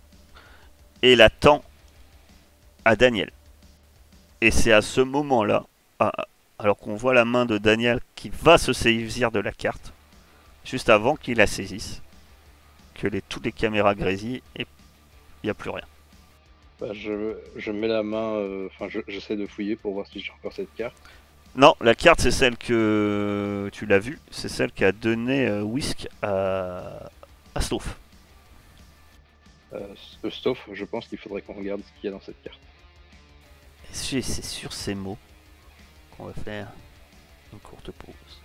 et la tend à Daniel. Et c'est à ce moment-là, à- alors qu'on voit la main de Daniel qui va se saisir de la carte, juste avant qu'il la saisisse, que les, toutes les caméras grésillent et il n'y a plus rien. Bah, je, je mets la main, euh, enfin je- j'essaie de fouiller pour voir si j'ai encore cette carte. Non, la carte c'est celle que tu l'as vue, c'est celle qu'a donné euh, Whisk à, à Stauff. Euh, ce Stoff, je pense qu'il faudrait qu'on regarde ce qu'il y a dans cette carte. Et c'est c'est sur ces mots qu'on va faire une courte pause.